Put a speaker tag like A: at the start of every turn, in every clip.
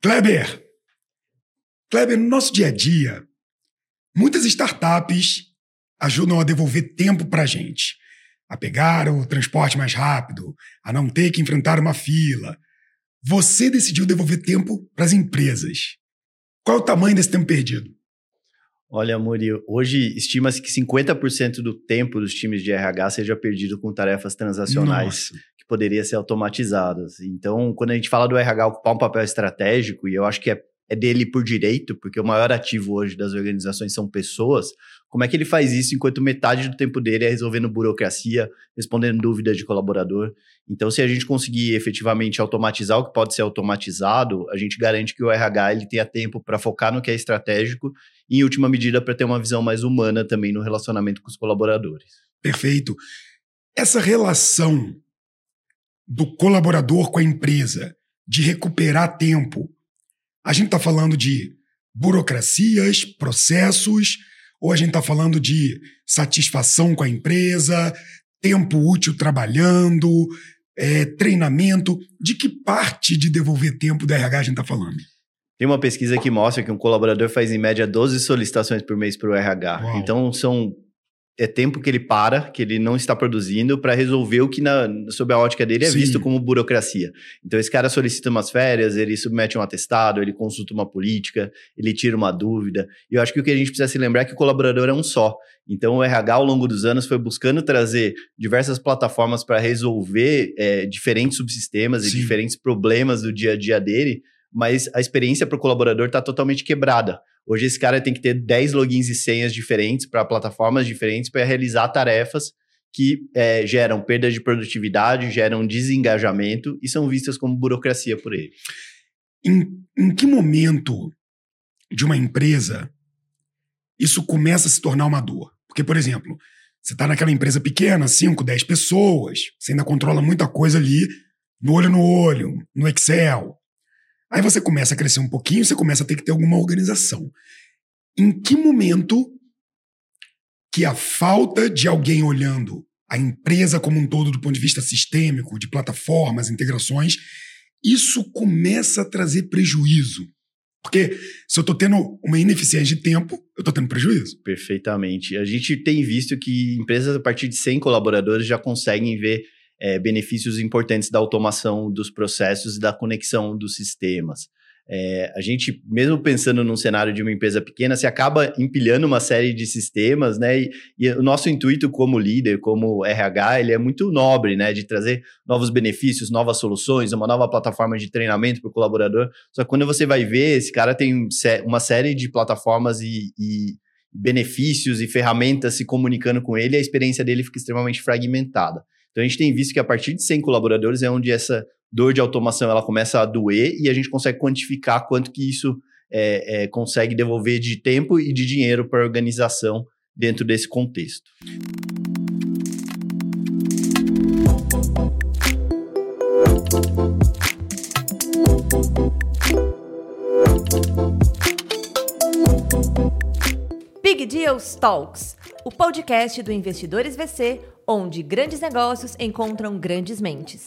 A: Kleber, no nosso dia a dia, muitas startups ajudam a devolver tempo para a gente, a pegar o transporte mais rápido, a não ter que enfrentar uma fila. Você decidiu devolver tempo para as empresas. Qual é o tamanho desse tempo perdido?
B: Olha, Muri, hoje estima-se que 50% do tempo dos times de RH seja perdido com tarefas transacionais que poderiam ser automatizadas. Então, quando a gente fala do RH ocupar um papel estratégico, e eu acho que é dele por direito, porque o maior ativo hoje das organizações são pessoas, como é que ele faz isso enquanto metade do tempo dele é resolvendo burocracia, respondendo dúvidas de colaborador? Então, se a gente conseguir efetivamente automatizar o que pode ser automatizado, a gente garante que o RH ele tenha tempo para focar no que é estratégico e, em última medida, para ter uma visão mais humana também no relacionamento com os colaboradores.
A: Perfeito. Essa relação do colaborador com a empresa, de recuperar tempo, a gente está falando de burocracias, processos, ou a gente está falando de satisfação com a empresa, tempo útil trabalhando, treinamento? De que parte de devolver tempo do RH a gente está falando?
B: Tem uma pesquisa que mostra que um colaborador faz em média 12 solicitações por mês para o RH.
A: Uau.
B: Então, é tempo que ele que ele não está produzindo para resolver o que, sob a ótica dele, é
A: Sim.
B: visto como burocracia. Então, esse cara solicita umas férias, ele submete um atestado, ele consulta uma política, ele tira uma dúvida. E eu acho que o que a gente precisa se lembrar é que o colaborador é um só. Então, o RH, ao longo dos anos, foi buscando trazer diversas plataformas para resolver diferentes subsistemas. Sim. E diferentes problemas do dia a dia dele, mas a experiência para o colaborador está totalmente quebrada. Hoje esse cara tem que ter 10 logins e senhas diferentes para plataformas diferentes para realizar tarefas que geram perda de produtividade, geram desengajamento e são vistas como burocracia por ele.
A: Em que momento de uma empresa isso começa a se tornar uma dor? Porque, por exemplo, você está naquela empresa pequena, 5, 10 pessoas, você ainda controla muita coisa ali no olho, no Excel. Aí você começa a crescer um pouquinho, você começa a ter que ter alguma organização. Em que momento que a falta de alguém olhando a empresa como um todo do ponto de vista sistêmico, de plataformas, integrações, isso começa a trazer prejuízo? Porque se eu estou tendo uma ineficiência de tempo, eu estou tendo prejuízo.
B: Perfeitamente. A gente tem visto que empresas a partir de 100 colaboradores já conseguem ver benefícios importantes da automação dos processos e da conexão dos sistemas. A gente, mesmo pensando num cenário de uma empresa pequena, se acaba empilhando uma série de sistemas, né? E o nosso intuito como líder, como RH, ele é muito nobre, né? De trazer novos benefícios, novas soluções, uma nova plataforma de treinamento para o colaborador. Só que quando você vai ver, esse cara tem uma série de plataformas e benefícios e ferramentas se comunicando com ele, a experiência dele fica extremamente fragmentada. Então, a gente tem visto que a partir de 100 colaboradores é onde essa dor de automação ela começa a doer e a gente consegue quantificar quanto que isso consegue devolver de tempo e de dinheiro para a organização dentro desse contexto.
C: Big Deals Talks, o podcast do Investidores VC, onde grandes negócios encontram grandes mentes.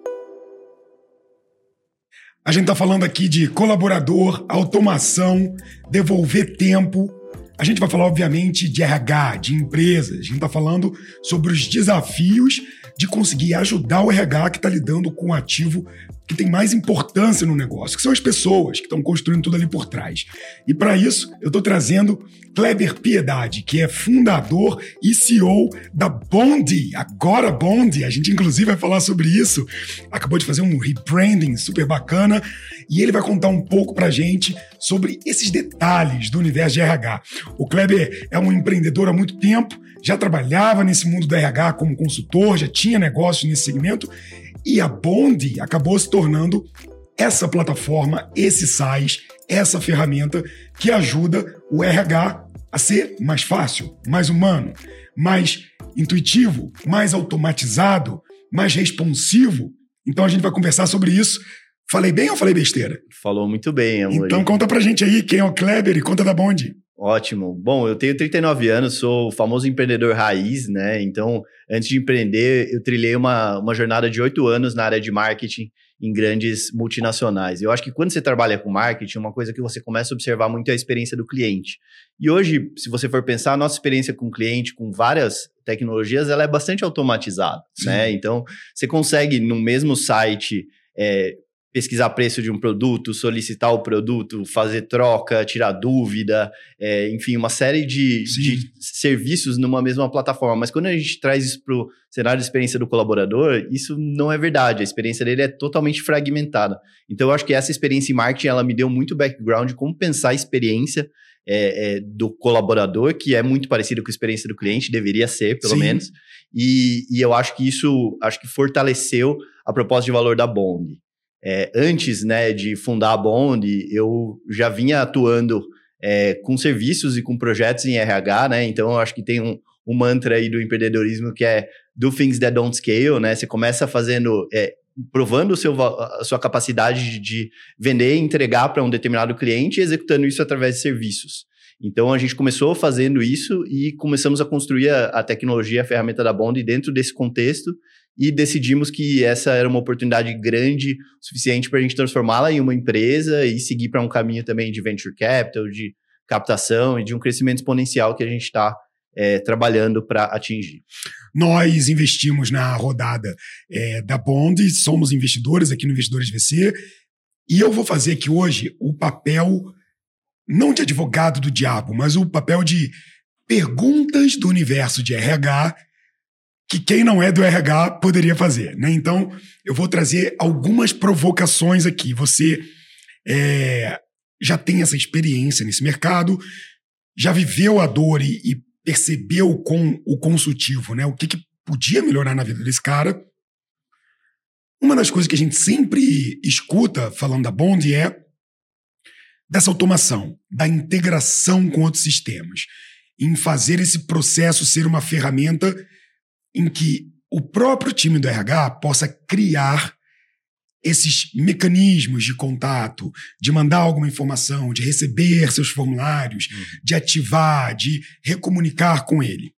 A: A gente está falando aqui de colaborador, automação, devolver tempo. A gente vai falar, obviamente, de RH, de empresas. A gente está falando sobre os desafios de conseguir ajudar o RH que está lidando com um ativo que tem mais importância no negócio, que são as pessoas que estão construindo tudo ali por trás. E para isso, eu estou trazendo Kleber Piedade, que é fundador e CEO da Bondi, agora Bondi. A gente, inclusive, vai falar sobre isso. Acabou de fazer um rebranding super bacana e ele vai contar um pouco para a gente sobre esses detalhes do universo de RH. O Kleber é um empreendedor há muito tempo, já trabalhava nesse mundo do RH como consultor, já tinha negócios nesse segmento. E a Bondi acabou se tornando essa plataforma, esse SaaS, essa ferramenta que ajuda o RH a ser mais fácil, mais humano, mais intuitivo, mais automatizado, mais responsivo. Então a gente vai conversar sobre isso. Falei bem ou falei besteira?
B: Falou muito bem, amor.
A: Então conta pra gente aí quem é o Kleber e conta da Bondi.
B: Ótimo. Bom, eu tenho 39 anos, sou o famoso empreendedor raiz, né? Então, antes de empreender, eu trilhei uma jornada de 8 anos na área de marketing. em grandes multinacionais. Eu acho que quando você trabalha com marketing, uma coisa que você começa a observar muito é a experiência do cliente. E hoje, se você for pensar, a nossa experiência com o cliente, com várias tecnologias, ela é bastante automatizada, né? Então, você consegue, no mesmo site, pesquisar preço de um produto, solicitar o produto, fazer troca, tirar dúvida, enfim, uma série de serviços numa mesma plataforma. Mas quando a gente traz isso para o cenário de experiência do colaborador, isso não é verdade. A experiência dele é totalmente fragmentada. Então, eu acho que essa experiência em marketing, ela me deu muito background de como pensar a experiência do colaborador, que é muito parecida com a experiência do cliente, deveria ser, pelo menos. E eu acho que isso fortaleceu a proposta de valor da Bond. Antes, né, de fundar a Bond, eu já vinha atuando com serviços e com projetos em RH, né? Então, eu acho que tem um mantra aí do empreendedorismo que é do things that don't scale, né? Você começa fazendo, provando a sua capacidade de vender e entregar para um determinado cliente e executando isso através de serviços. Então, a gente começou fazendo isso e começamos a construir a tecnologia, a ferramenta da Bond dentro desse contexto e decidimos que essa era uma oportunidade grande o suficiente para a gente transformá-la em uma empresa e seguir para um caminho também de venture capital, de captação e de um crescimento exponencial que a gente está trabalhando para atingir.
A: Nós investimos na rodada da Bond, somos investidores aqui no Investidores VC, e eu vou fazer aqui hoje o papel, não de advogado do diabo, mas o papel de perguntas do universo de RH que quem não é do RH poderia fazer, né? Então, eu vou trazer algumas provocações aqui. Você já tem essa experiência nesse mercado, já viveu a dor e percebeu com o consultivo, né? O que podia melhorar na vida desse cara. Uma das coisas que a gente sempre escuta falando da Bond é dessa automação, da integração com outros sistemas, em fazer esse processo ser uma ferramenta em que o próprio time do RH possa criar esses mecanismos de contato, de mandar alguma informação, de receber seus formulários, de ativar, de recomunicar com ele.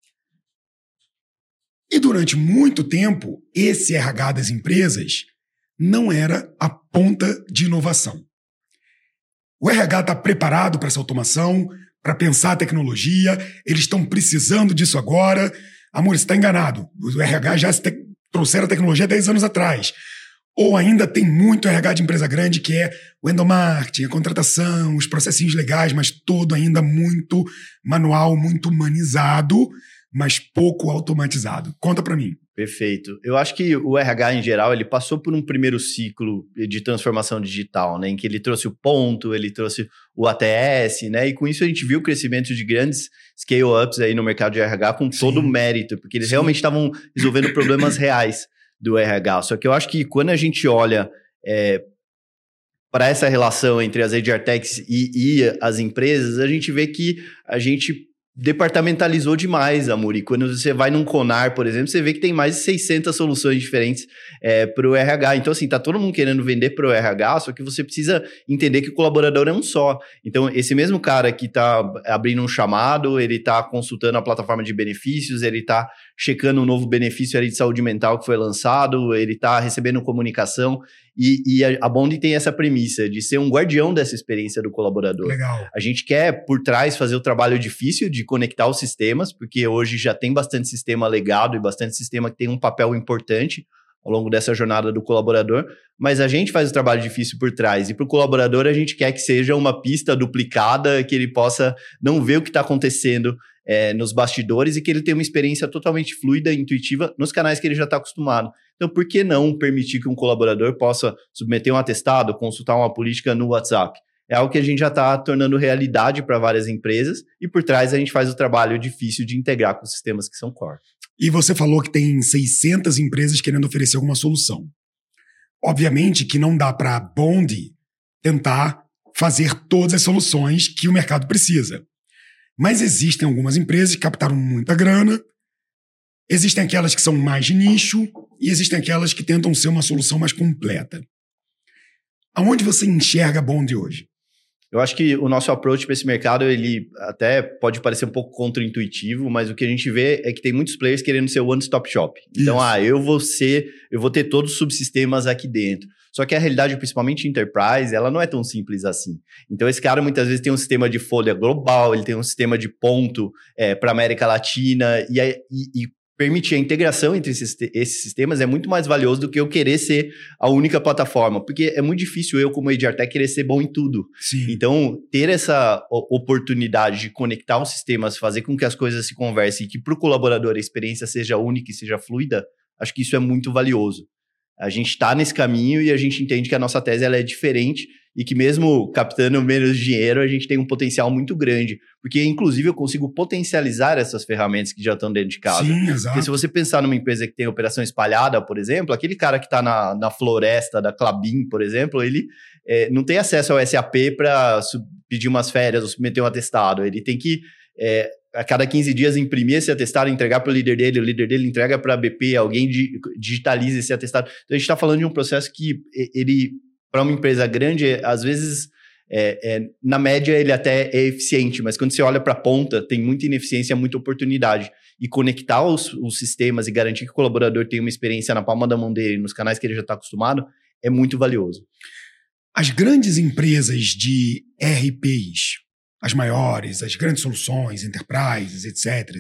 A: E durante muito tempo, esse RH das empresas não era a ponta de inovação. O RH está preparado para essa automação, para pensar a tecnologia, eles estão precisando disso agora. Amor, você está enganado. O RH já trouxeram a tecnologia 10 anos atrás. Ou ainda tem muito RH de empresa grande que é o endomarketing, a contratação, os processinhos legais, mas todo ainda muito manual, muito humanizado, mas pouco automatizado. Conta para mim.
B: Perfeito. Eu acho que o RH, em geral, ele passou por um primeiro ciclo de transformação digital, né, em que ele trouxe o ponto, ele trouxe o ATS, né, e com isso a gente viu o crescimento de grandes scale-ups aí no mercado de RH com todo o mérito, porque eles realmente estavam resolvendo problemas reais do RH. Só que eu acho que quando a gente olha para essa relação entre as HR Techs e as empresas, a gente vê que a gente departamentalizou demais, amor. E quando você vai num Conar, por exemplo, você vê que tem mais de 600 soluções diferentes para o RH. Então, assim, tá todo mundo querendo vender para o RH, só que você precisa entender que o colaborador é um só. Então, esse mesmo cara que tá abrindo um chamado, ele tá consultando a plataforma de benefícios, ele tá checando um novo benefício ali de saúde mental que foi lançado, ele tá recebendo comunicação. E a Bond tem essa premissa de ser um guardião dessa experiência do colaborador.
A: Legal.
B: A gente quer, por trás, fazer o trabalho difícil de conectar os sistemas, porque hoje já tem bastante sistema legado e bastante sistema que tem um papel importante ao longo dessa jornada do colaborador, mas a gente faz o trabalho difícil por trás. E para o colaborador, a gente quer que seja uma pista duplicada, que ele possa não ver o que está acontecendo nos bastidores e que ele tenha uma experiência totalmente fluida e intuitiva nos canais que ele já está acostumado. Então, por que não permitir que um colaborador possa submeter um atestado, consultar uma política no WhatsApp? É algo que a gente já está tornando realidade para várias empresas e por trás a gente faz o trabalho difícil de integrar com os sistemas que são core.
A: E você falou que tem 600 empresas querendo oferecer alguma solução. Obviamente que não dá para a Bond tentar fazer todas as soluções que o mercado precisa. Mas existem algumas empresas que captaram muita grana, existem aquelas que são mais de nicho e existem aquelas que tentam ser uma solução mais completa. Aonde você enxerga a Bond hoje?
B: Eu acho que o nosso approach para esse mercado, ele até pode parecer um pouco contra-intuitivo, mas o que a gente vê é que tem muitos players querendo ser one-stop shop. Então, eu vou ter todos os subsistemas aqui dentro. Só que a realidade, principalmente enterprise, ela não é tão simples assim. Então, esse cara muitas vezes tem um sistema de folha global, ele tem um sistema de ponto para a América Latina, e permitir a integração entre esses sistemas é muito mais valioso do que eu querer ser a única plataforma, porque é muito difícil eu, como HR Tech, querer ser bom em tudo.
A: Sim.
B: Então, ter essa oportunidade de conectar os sistemas, fazer com que as coisas se conversem e que para o colaborador a experiência seja única e seja fluida, acho que isso é muito valioso. A gente está nesse caminho e a gente entende que a nossa tese ela é diferente e que mesmo captando menos dinheiro, a gente tem um potencial muito grande. Porque, inclusive, eu consigo potencializar essas ferramentas que já estão dentro de casa.
A: Sim, exato.
B: Porque se você pensar numa empresa que tem operação espalhada, por exemplo, aquele cara que está na floresta da Klabin, por exemplo, ele não tem acesso ao SAP para pedir umas férias ou submeter um atestado. Ele tem que... a cada 15 dias imprimir esse atestado, entregar para o líder dele entrega para a BP, alguém digitaliza esse atestado. Então, a gente está falando de um processo que ele, para uma empresa grande, às vezes, na média, ele até é eficiente, mas quando você olha para a ponta, tem muita ineficiência, muita oportunidade. E conectar os sistemas e garantir que o colaborador tenha uma experiência na palma da mão dele, nos canais que ele já está acostumado, é muito valioso.
A: As grandes empresas de RPs, as maiores, as grandes soluções, enterprises, etc.,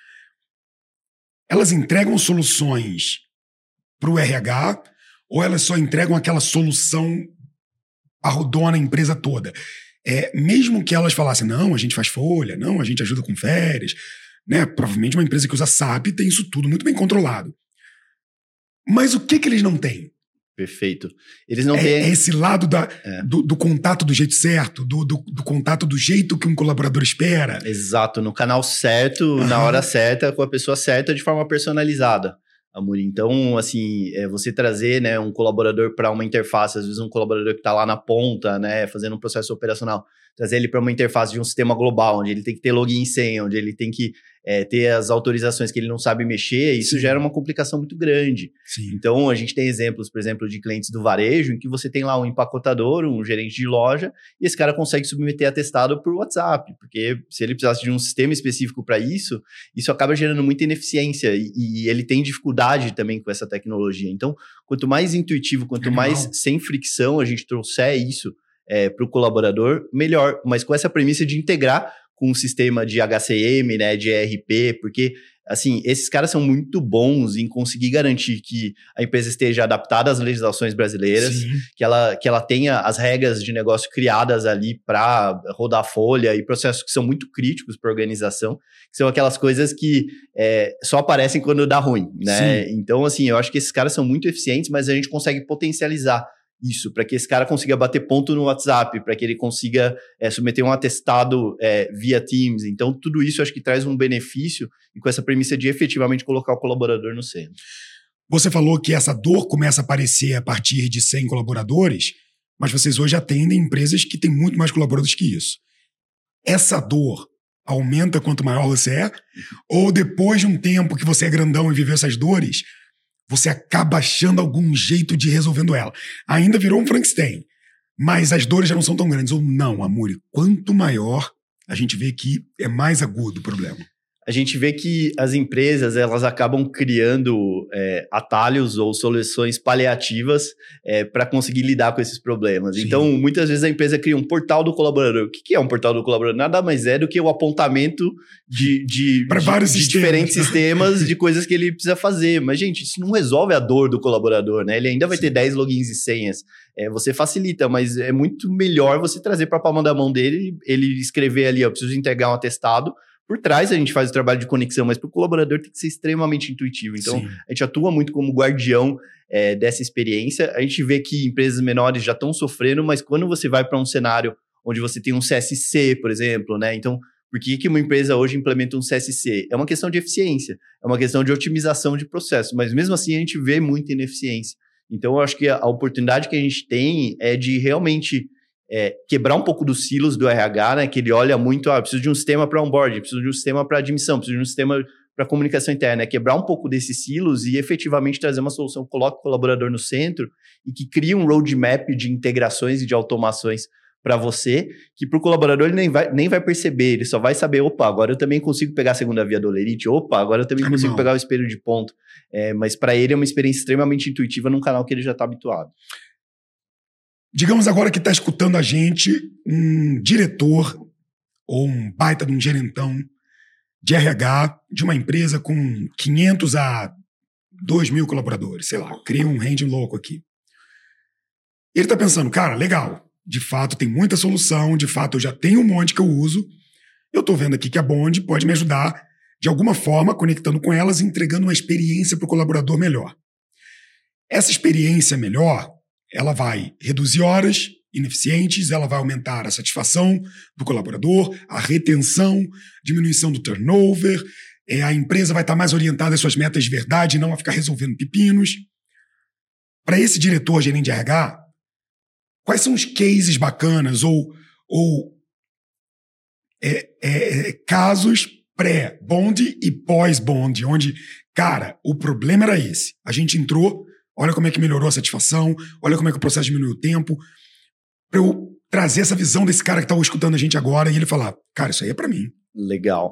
A: elas entregam soluções para o RH ou elas só entregam aquela solução parrudona a empresa toda? Mesmo que elas falassem, não, a gente faz folha, não, a gente ajuda com férias, né? Provavelmente uma empresa que usa SAP tem isso tudo muito bem controlado. Mas o que eles não têm?
B: Perfeito. Eles não têm...
A: esse lado do contato do jeito certo, do contato do jeito que um colaborador espera.
B: Exato, no canal certo, na hora certa, com a pessoa certa, de forma personalizada, Amuri. Então, assim, você trazer, né, um colaborador para uma interface, às vezes um colaborador que está lá na ponta, né, fazendo um processo operacional, trazer ele para uma interface de um sistema global, onde ele tem que ter login e senha, onde ele tem que ter as autorizações que ele não sabe mexer, isso
A: Sim.
B: gera uma complicação muito grande.
A: Sim.
B: Então, a gente tem exemplos, por exemplo, de clientes do varejo, em que você tem lá um empacotador, um gerente de loja, e esse cara consegue submeter atestado por WhatsApp, porque se ele precisasse de um sistema específico para isso acaba gerando muita ineficiência, e ele tem dificuldade também com essa tecnologia. Então, quanto mais intuitivo, quanto mais sem fricção a gente trouxer isso para o colaborador, melhor. Mas com essa premissa de integrar com um sistema de HCM, né, de ERP, porque, assim, esses caras são muito bons em conseguir garantir que a empresa esteja adaptada às legislações brasileiras, que ela tenha as regras de negócio criadas ali para rodar folha e processos que são muito críticos para a organização, que são aquelas coisas que só aparecem quando dá ruim, né? Sim. Então, assim, eu acho que esses caras são muito eficientes, mas a gente consegue potencializar isso, para que esse cara consiga bater ponto no WhatsApp, para que ele consiga submeter um atestado via Teams. Então, tudo isso acho que traz um benefício e com essa premissa de efetivamente colocar o colaborador no centro.
A: Você falou que essa dor começa a aparecer a partir de 100 colaboradores, mas vocês hoje atendem empresas que têm muito mais colaboradores que isso. Essa dor aumenta quanto maior você é? Ou depois de um tempo que você é grandão e viveu essas dores, você acaba achando algum jeito de resolvendo ela? Ainda virou um Frankenstein, mas as dores já não são tão grandes. Ou não, Amuri, quanto maior, a gente vê que é mais agudo o problema.
B: A gente vê que as empresas elas acabam criando atalhos ou soluções paliativas para conseguir lidar com esses problemas. Sim. Então, muitas vezes a empresa cria um portal do colaborador. O que é um portal do colaborador? Nada mais é do que o apontamento de diferentes sistemas de coisas que ele precisa fazer. Mas, gente, isso não resolve a dor do colaborador, né? Ele ainda vai ter 10 logins e senhas. Você facilita, mas é muito melhor você trazer para a palma da mão dele, ele escrever ali, eu preciso entregar um atestado. Por trás a gente faz o trabalho de conexão, mas para o colaborador tem que ser extremamente intuitivo. Então, a gente atua muito como guardião dessa experiência. A gente vê que empresas menores já estão sofrendo, mas quando você vai para um cenário onde você tem um CSC, por exemplo, né? Então, por que uma empresa hoje implementa um CSC? É uma questão de eficiência, é uma questão de otimização de processo, mas mesmo assim a gente vê muita ineficiência. Então, eu acho que a oportunidade que a gente tem é de realmente quebrar um pouco dos silos do RH, né? Que ele olha muito, preciso de um sistema para onboard, preciso de um sistema para admissão, preciso de um sistema para comunicação interna. Quebrar um pouco desses silos e efetivamente trazer uma solução que coloque o colaborador no centro e que crie um roadmap de integrações e de automações para você, que para o colaborador ele nem vai perceber, ele só vai saber, opa, agora eu também consigo pegar a segunda via do Olerite, opa, agora eu também consigo pegar o espelho de ponto. Mas para ele é uma experiência extremamente intuitiva num canal que ele já está habituado.
A: Digamos agora que está escutando a gente um diretor ou um baita de um gerentão de RH de uma empresa com 500 a 2.000 colaboradores, sei lá, cria um range louco aqui. Ele está pensando, cara, legal, de fato tem muita solução, de fato eu já tenho um monte que eu uso, eu estou vendo aqui que a Bond pode me ajudar de alguma forma, conectando com elas e entregando uma experiência para o colaborador melhor. Essa experiência melhor, ela vai reduzir horas ineficientes, ela vai aumentar a satisfação do colaborador, a retenção, diminuição do turnover, a empresa vai estar mais orientada às suas metas de verdade e não a ficar resolvendo pepinos. Para esse diretor, gerente de RH, quais são os cases bacanas ou casos pré-Bond e pós-Bond, onde, cara, o problema era esse. A gente entrou, olha como é que melhorou a satisfação, olha como é que o processo diminuiu o tempo, para eu trazer essa visão desse cara que está escutando a gente agora e ele falar, cara, isso aí é para mim.
B: Legal.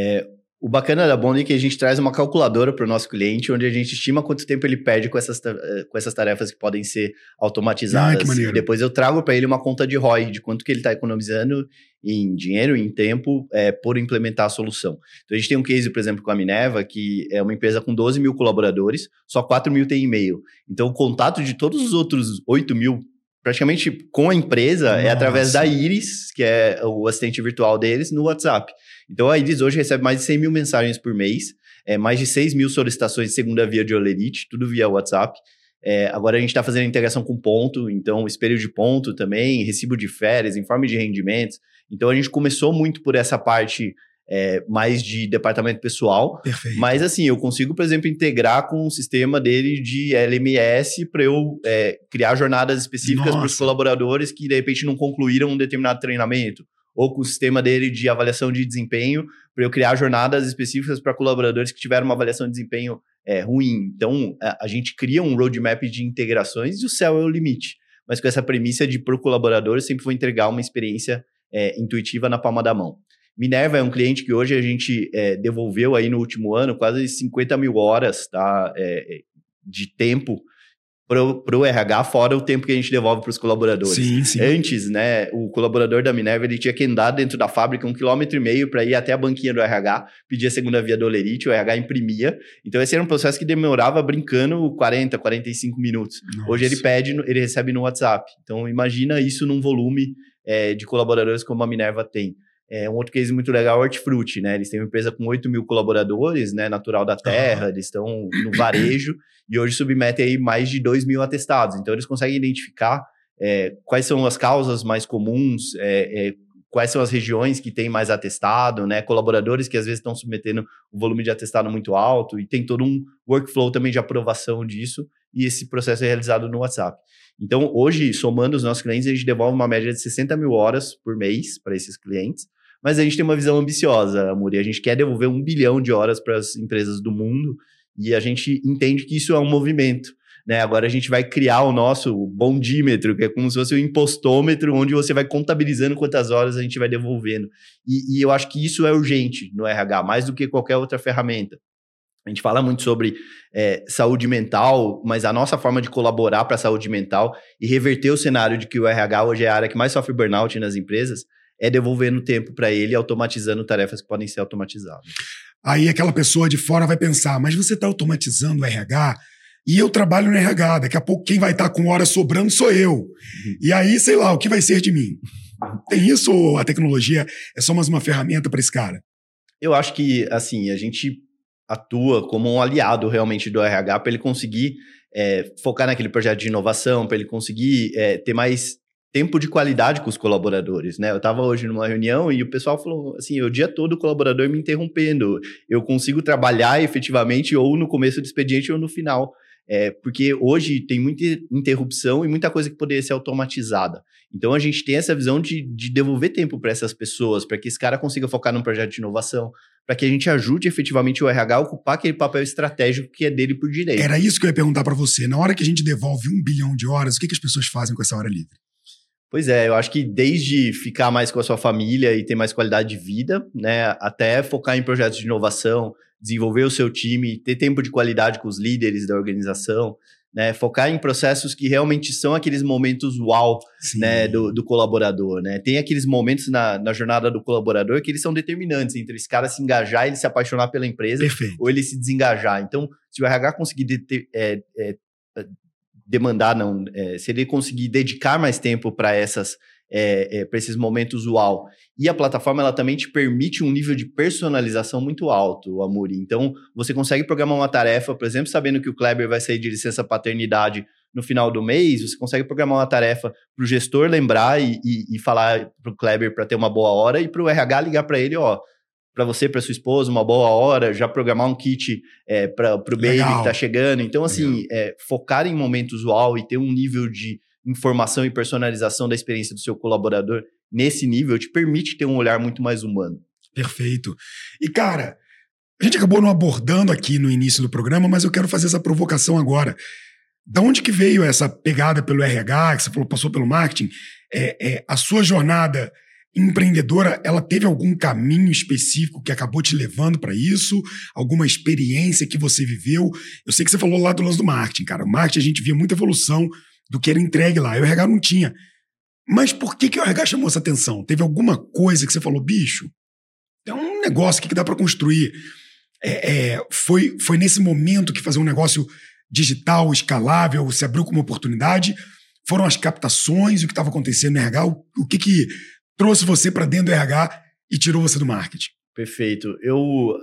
B: O bacana da Bond é que a gente traz uma calculadora para o nosso cliente, onde a gente estima quanto tempo ele perde com essas tarefas que podem ser automatizadas.
A: Que maneiro.
B: E depois eu trago para ele uma conta de ROI, de quanto que ele está economizando em dinheiro, em tempo, por implementar a solução. Então a gente tem um case, por exemplo, com a Minerva, que é uma empresa com 12.000 colaboradores, só 4.000 tem e-mail. Então o contato de todos os outros 8.000 praticamente com a empresa é através da Iris, que é o assistente virtual deles, no WhatsApp. Então a Iris hoje recebe mais de 100.000 mensagens por mês, mais de 6.000 solicitações de segunda via de Olerite, tudo via WhatsApp. Agora a gente está fazendo integração com ponto, então espelho de ponto também, recibo de férias, informe de rendimentos. Então a gente começou muito por essa parte mais de departamento pessoal.
A: Perfeito.
B: Mas assim, eu consigo, por exemplo, integrar com o sistema dele de LMS para eu criar jornadas específicas para os colaboradores que de repente não concluíram um determinado treinamento, ou com o sistema dele de avaliação de desempenho para eu criar jornadas específicas para colaboradores que tiveram uma avaliação de desempenho ruim. Então a gente cria um roadmap de integrações e o céu é o limite, mas com essa premissa de para o colaborador sempre vou entregar uma experiência intuitiva na palma da mão. Minerva é um cliente que hoje a gente devolveu aí no último ano quase 50.000 horas, tá, de tempo para o RH, fora o tempo que a gente devolve para os colaboradores.
A: Sim.
B: Antes, né, o colaborador da Minerva ele tinha que andar dentro da fábrica 1,5 km para ir até a banquinha do RH, pedir a segunda via do Olerite, o RH imprimia. Então esse era um processo que demorava brincando 40, 45 minutos.
A: Nossa.
B: Hoje ele recebe no WhatsApp. Então imagina isso num volume de colaboradores como a Minerva tem. Um outro case muito legal é o Hortifruti, né? Eles têm uma empresa com 8.000 colaboradores, né? Natural da terra, eles estão no varejo e hoje submetem aí mais de 2.000 atestados. Então, eles conseguem identificar quais são as causas mais comuns, quais são as regiões que têm mais atestado, né? Colaboradores que às vezes estão submetendo um volume de atestado muito alto e tem todo um workflow também de aprovação disso e esse processo é realizado no WhatsApp. Então, hoje, somando os nossos clientes, a gente devolve uma média de 60.000 horas por mês para esses clientes. Mas a gente tem uma visão ambiciosa, Amuri. A gente quer devolver 1 bilhão de horas para as empresas do mundo e a gente entende que isso é um movimento, né? Agora a gente vai criar o nosso bondímetro, que é como se fosse um impostômetro, onde você vai contabilizando quantas horas a gente vai devolvendo. E eu acho que isso é urgente no RH, mais do que qualquer outra ferramenta. A gente fala muito sobre saúde mental, mas a nossa forma de colaborar para a saúde mental e reverter o cenário de que o RH hoje é a área que mais sofre burnout nas empresas, é devolvendo tempo para ele, automatizando tarefas que podem ser automatizadas.
A: Aí aquela pessoa de fora vai pensar, mas você está automatizando o RH e eu trabalho no RH, daqui a pouco quem vai estar com hora sobrando sou eu. E aí, sei lá, o que vai ser de mim? Tem isso ou a tecnologia é só mais uma ferramenta para esse cara?
B: Eu acho que, assim, a gente atua como um aliado realmente do RH para ele conseguir focar naquele projeto de inovação, para ele conseguir ter mais tempo de qualidade com os colaboradores, né? Eu estava hoje numa reunião e o pessoal falou assim, o dia todo o colaborador me interrompendo. Eu consigo trabalhar efetivamente ou no começo do expediente ou no final. Porque hoje tem muita interrupção e muita coisa que poderia ser automatizada. Então a gente tem essa visão de devolver tempo para essas pessoas, para que esse cara consiga focar num projeto de inovação, para que a gente ajude efetivamente o RH a ocupar aquele papel estratégico que é dele por direito.
A: Era isso que eu ia perguntar para você. Na hora que a gente devolve 1 bilhão de horas, o que as pessoas fazem com essa hora livre?
B: Pois é, eu acho que desde ficar mais com a sua família e ter mais qualidade de vida, né, até focar em projetos de inovação, desenvolver o seu time, ter tempo de qualidade com os líderes da organização, né, focar em processos que realmente são aqueles momentos uau, né, do colaborador, né? Tem aqueles momentos na jornada do colaborador que eles são determinantes entre esse cara se engajar, ele se apaixonar pela empresa,
A: Perfeito.
B: ou ele se desengajar. Então, se o RH conseguir se ele conseguir dedicar mais tempo para esses momentos uau. E a plataforma, ela também te permite um nível de personalização muito alto, Amuri. Então, você consegue programar uma tarefa, por exemplo, sabendo que o Kleber vai sair de licença paternidade no final do mês, você consegue programar uma tarefa para o gestor lembrar e falar para o Kleber para ter uma boa hora e para o RH ligar para ele, para você, para sua esposa, uma boa hora, já programar um kit para o baby que está chegando. Então, assim, focar em momentos uau e ter um nível de informação e personalização da experiência do seu colaborador nesse nível te permite ter um olhar muito mais humano.
A: Perfeito. E, cara, a gente acabou não abordando aqui no início do programa, mas eu quero fazer essa provocação agora. Da onde que veio essa pegada pelo RH, que você falou, passou pelo marketing? A sua jornada empreendedora, ela teve algum caminho específico que acabou te levando para isso? Alguma experiência que você viveu? Eu sei que você falou lá do lance do marketing, cara. O marketing, a gente via muita evolução do que era entregue lá. E o RH não tinha. Mas por que o RH chamou essa atenção? Teve alguma coisa que você falou, bicho, é um negócio aqui que dá para construir. Foi nesse momento que fazer um negócio digital, escalável, se abriu como oportunidade? Foram as captações, o que estava acontecendo no RH? O que trouxe você para dentro do RH e tirou você do marketing?
B: Perfeito. Eu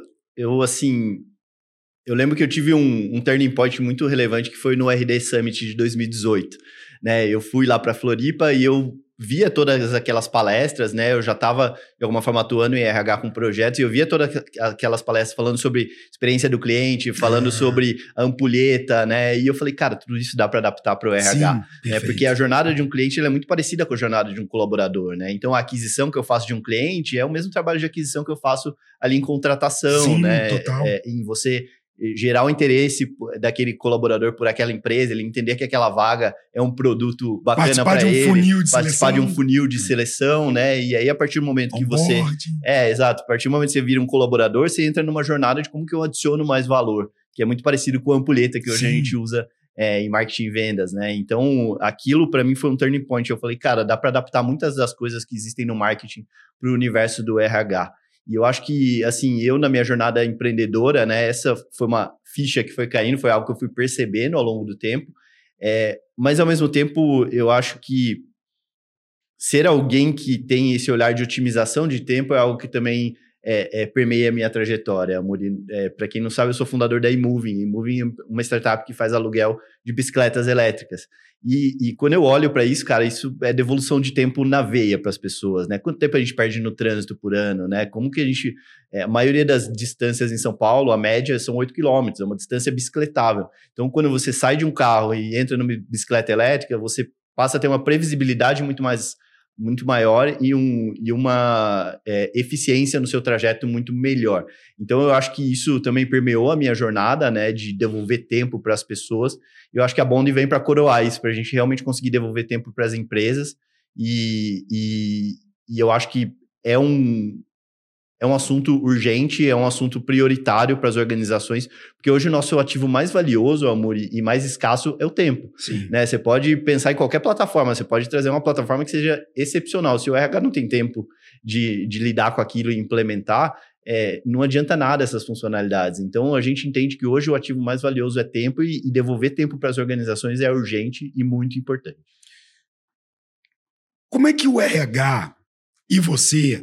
B: lembro que eu tive um turning point muito relevante que foi no RD Summit de 2018. Né? Eu fui lá para Floripa e eu via todas aquelas palestras, né? Eu já estava, de alguma forma, atuando em RH com projetos e eu via todas aquelas palestras falando sobre experiência do cliente, falando sobre a ampulheta, né? E eu falei, cara, tudo isso dá para adaptar para o RH. Sim, né? Porque a jornada de um cliente ela é muito parecida com a jornada de um colaborador, né? Então, a aquisição que eu faço de um cliente é o mesmo trabalho de aquisição que eu faço ali em contratação, sim, né? Total. Em você gerar o interesse daquele colaborador por aquela empresa, ele entender que aquela vaga é um produto bacana para ele, participar de um funil de seleção, né? E aí, a partir do momento que você... exato. A partir do momento que você vira um colaborador, você entra numa jornada de como que eu adiciono mais valor, que é muito parecido com a ampulheta que hoje a gente usa em marketing e vendas, né? Então, aquilo para mim foi um turning point. Eu falei, cara, dá para adaptar muitas das coisas que existem no marketing para o universo do RH. E eu acho que, assim, eu na minha jornada empreendedora, né, essa foi uma ficha que foi caindo, foi algo que eu fui percebendo ao longo do tempo, mas ao mesmo tempo eu acho que ser alguém que tem esse olhar de otimização de tempo é algo que também permeia a minha trajetória, Amuri. Para quem não sabe, eu sou fundador da eMoving. eMoving é uma startup que faz aluguel de bicicletas elétricas. E quando eu olho para isso, cara, isso é devolução de tempo na veia para as pessoas, né? Quanto tempo a gente perde no trânsito por ano, né? Como que a gente... a maioria das distâncias em São Paulo, a média são 8 quilômetros, é uma distância bicicletável. Então, quando você sai de um carro e entra numa bicicleta elétrica, você passa a ter uma previsibilidade muito maior e uma eficiência no seu trajeto muito melhor. Então, eu acho que isso também permeou a minha jornada, né, de devolver tempo para as pessoas. Eu acho que a Bond vem para coroar isso, para a gente realmente conseguir devolver tempo para as empresas. E eu acho que é um assunto urgente, é um assunto prioritário para as organizações, porque hoje o nosso ativo mais valioso, amor, e mais escasso é o tempo. Né? Você pode pensar em qualquer plataforma, você pode trazer uma plataforma que seja excepcional. Se o RH não tem tempo de lidar com aquilo e implementar, não adianta nada essas funcionalidades. Então, a gente entende que hoje o ativo mais valioso é tempo e devolver tempo para as organizações é urgente e muito importante.
A: Como é que o RH e você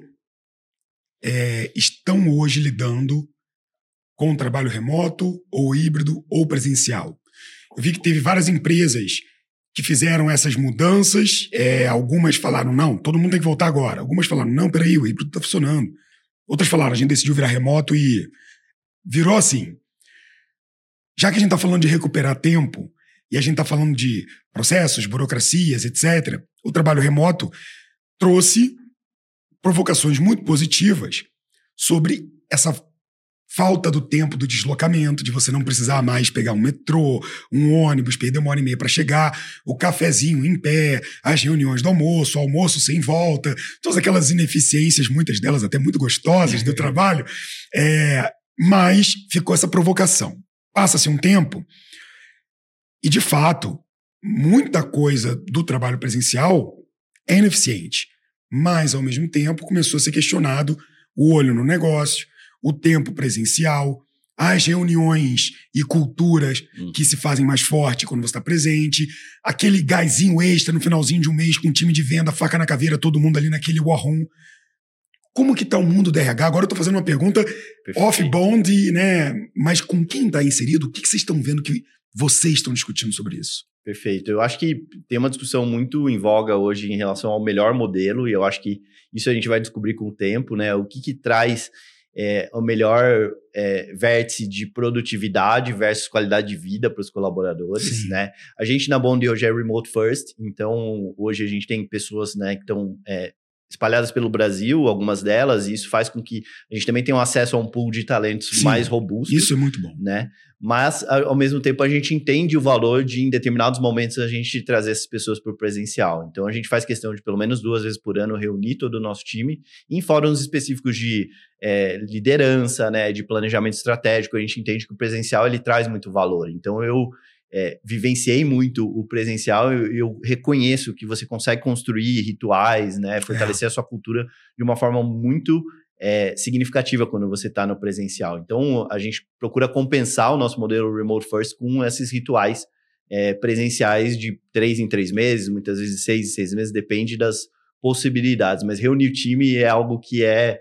A: estão hoje lidando com o trabalho remoto, ou híbrido, ou presencial? Eu vi que teve várias empresas que fizeram essas mudanças, algumas falaram, não, todo mundo tem que voltar agora. Algumas falaram, não, peraí, o híbrido está funcionando. Outras falaram, a gente decidiu virar remoto e virou assim. Já que a gente está falando de recuperar tempo, e a gente está falando de processos, burocracias, etc., o trabalho remoto trouxe provocações muito positivas sobre essa falta do tempo do deslocamento, de você não precisar mais pegar um metrô, um ônibus, perder 1h30 para chegar, o cafezinho em pé, as reuniões do almoço, o almoço sem volta, todas aquelas ineficiências, muitas delas até muito gostosas do trabalho, mas ficou essa provocação. Passa-se um tempo e, de fato, muita coisa do trabalho presencial é ineficiente, mas, ao mesmo tempo, começou a ser questionado o olho no negócio, o tempo presencial, as reuniões e culturas que se fazem mais forte quando você está presente, aquele gásinho extra no finalzinho de um mês com um time de venda, faca na caveira, todo mundo ali naquele war room. Como que está o mundo do RH? Agora eu estou fazendo uma pergunta off-bond, né? Mas com quem está inserido, o que vocês estão vendo que vocês estão discutindo sobre isso?
B: Perfeito. Eu acho que tem uma discussão muito em voga hoje em relação ao melhor modelo, e eu acho que isso a gente vai descobrir com o tempo, né? O que traz o melhor vértice de produtividade versus qualidade de vida para os colaboradores,
A: Sim.
B: né? A gente na Bond hoje é remote first, então hoje a gente tem pessoas, né, que estão espalhadas pelo Brasil, algumas delas, e isso faz com que a gente também tenha um acesso a um pool de talentos
A: Sim,
B: mais robusto.
A: Isso é muito bom.
B: Né? Mas, ao mesmo tempo, a gente entende o valor de, em determinados momentos, a gente trazer essas pessoas para o presencial. Então, a gente faz questão de, pelo menos 2 vezes por ano, reunir todo o nosso time em fóruns específicos de liderança, né, de planejamento estratégico. A gente entende que o presencial ele traz muito valor. Então, eu vivenciei muito o presencial e eu reconheço que você consegue construir rituais, né, fortalecer a sua cultura de uma forma muito significativa quando você está no presencial. Então, a gente procura compensar o nosso modelo remote first com esses rituais presenciais de 3 em 3 meses, muitas vezes 6 em 6 meses, depende das possibilidades. Mas reunir o time é algo que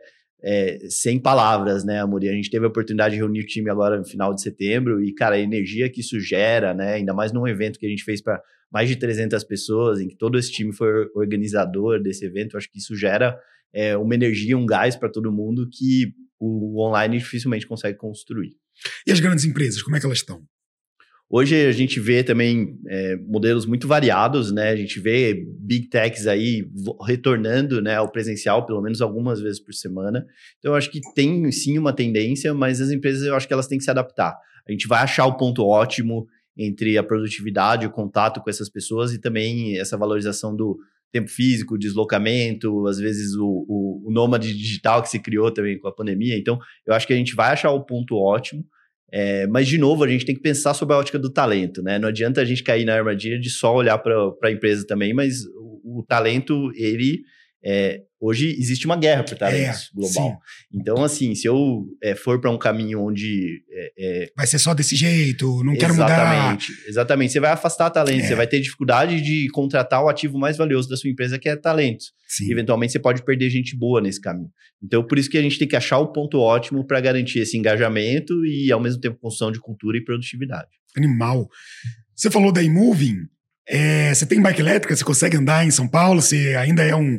B: sem palavras, né, amor? E a gente teve a oportunidade de reunir o time agora no final de setembro e, cara, a energia que isso gera, né, ainda mais num evento que a gente fez para mais de 300 pessoas, em que todo esse time foi organizador desse evento, eu acho que isso gera uma energia, um gás para todo mundo que o online dificilmente consegue construir.
A: E as grandes empresas, como é que elas estão?
B: Hoje a gente vê também modelos muito variados, né? A gente vê big techs aí retornando, né, ao presencial pelo menos algumas vezes por semana. Então eu acho que tem sim uma tendência, mas as empresas eu acho que elas têm que se adaptar. A gente vai achar o ponto ótimo entre a produtividade, o contato com essas pessoas e também essa valorização do tempo físico, deslocamento, às vezes o nômade digital que se criou também com a pandemia. Então eu acho que a gente vai achar o ponto ótimo. Mas, de novo, a gente tem que pensar sobre a ótica do talento, né? Não adianta a gente cair na armadilha de só olhar para a empresa também, mas o talento, ele... hoje existe uma guerra por talentos global.
A: Sim.
B: Então, assim, se eu for para um caminho onde...
A: vai ser só desse jeito, não quero mudar.
B: Exatamente. Você vai afastar talento, você vai ter dificuldade de contratar o ativo mais valioso da sua empresa, que é talento.
A: Sim.
B: Eventualmente, você pode perder gente boa nesse caminho. Então, por isso que a gente tem que achar o ponto ótimo para garantir esse engajamento e, ao mesmo tempo, construção de cultura e produtividade.
A: Animal. Você falou da eMoving. Você tem bike elétrica? Você consegue andar em São Paulo? Você ainda é um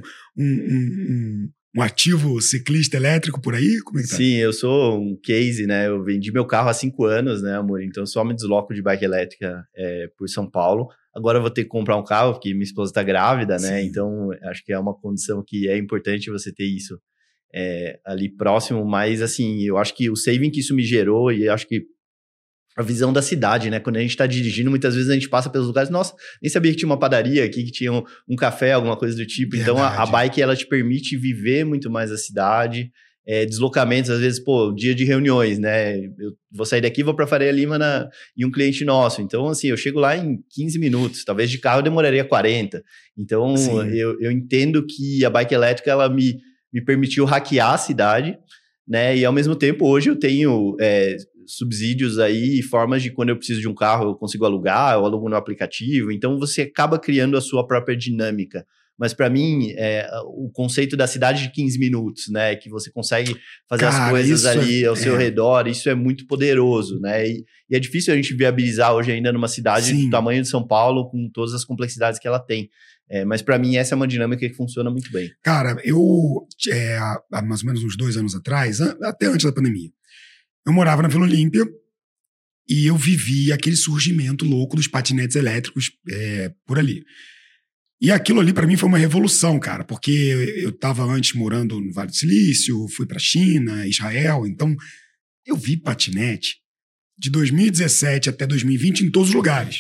A: ativo ciclista elétrico por aí? Como é que tá?
B: Sim, eu sou um case, né? Eu vendi meu carro há 5 anos, né, amor? Então, eu só me desloco de bike elétrica por São Paulo. Agora eu vou ter que comprar um carro, porque minha esposa está grávida, né?
A: Sim.
B: Então, acho que é uma condição que é importante você ter isso ali próximo. Mas, assim, eu acho que o saving que isso me gerou, e acho que a visão da cidade, né? Quando a gente está dirigindo, muitas vezes a gente passa pelos lugares, nossa, nem sabia que tinha uma padaria aqui, que tinha um café, alguma coisa do tipo.
A: Verdade.
B: Então, a bike, ela te permite viver muito mais a cidade. Deslocamentos, às vezes, dia de reuniões, né? Eu vou sair daqui, vou para Faria Lima e um cliente nosso. Então, assim, eu chego lá em 15 minutos. Talvez de carro eu demoraria 40. Então, eu entendo que a bike elétrica, ela me permitiu hackear a cidade, né? E, ao mesmo tempo, hoje eu tenho subsídios aí, formas de quando eu preciso de um carro, eu consigo alugar, eu alugo no aplicativo. Então, você acaba criando a sua própria dinâmica. Mas, para mim, o conceito da cidade de 15 minutos, né? Que você consegue fazer as coisas ali ao seu redor, isso é muito poderoso, né? E é difícil a gente viabilizar hoje ainda numa cidade do tamanho de São Paulo, com todas as complexidades que ela tem. Mas, para mim, essa é uma dinâmica que funciona muito bem.
A: Cara, eu, há mais ou menos uns 2 anos atrás, até antes da pandemia, eu morava na Vila Olímpia e eu vivi aquele surgimento louco dos patinetes elétricos por ali. E aquilo ali, para mim, foi uma revolução, cara, porque eu estava antes morando no Vale do Silício, fui para a China, Israel, então Eu vi patinete de 2017 até 2020 em todos os lugares.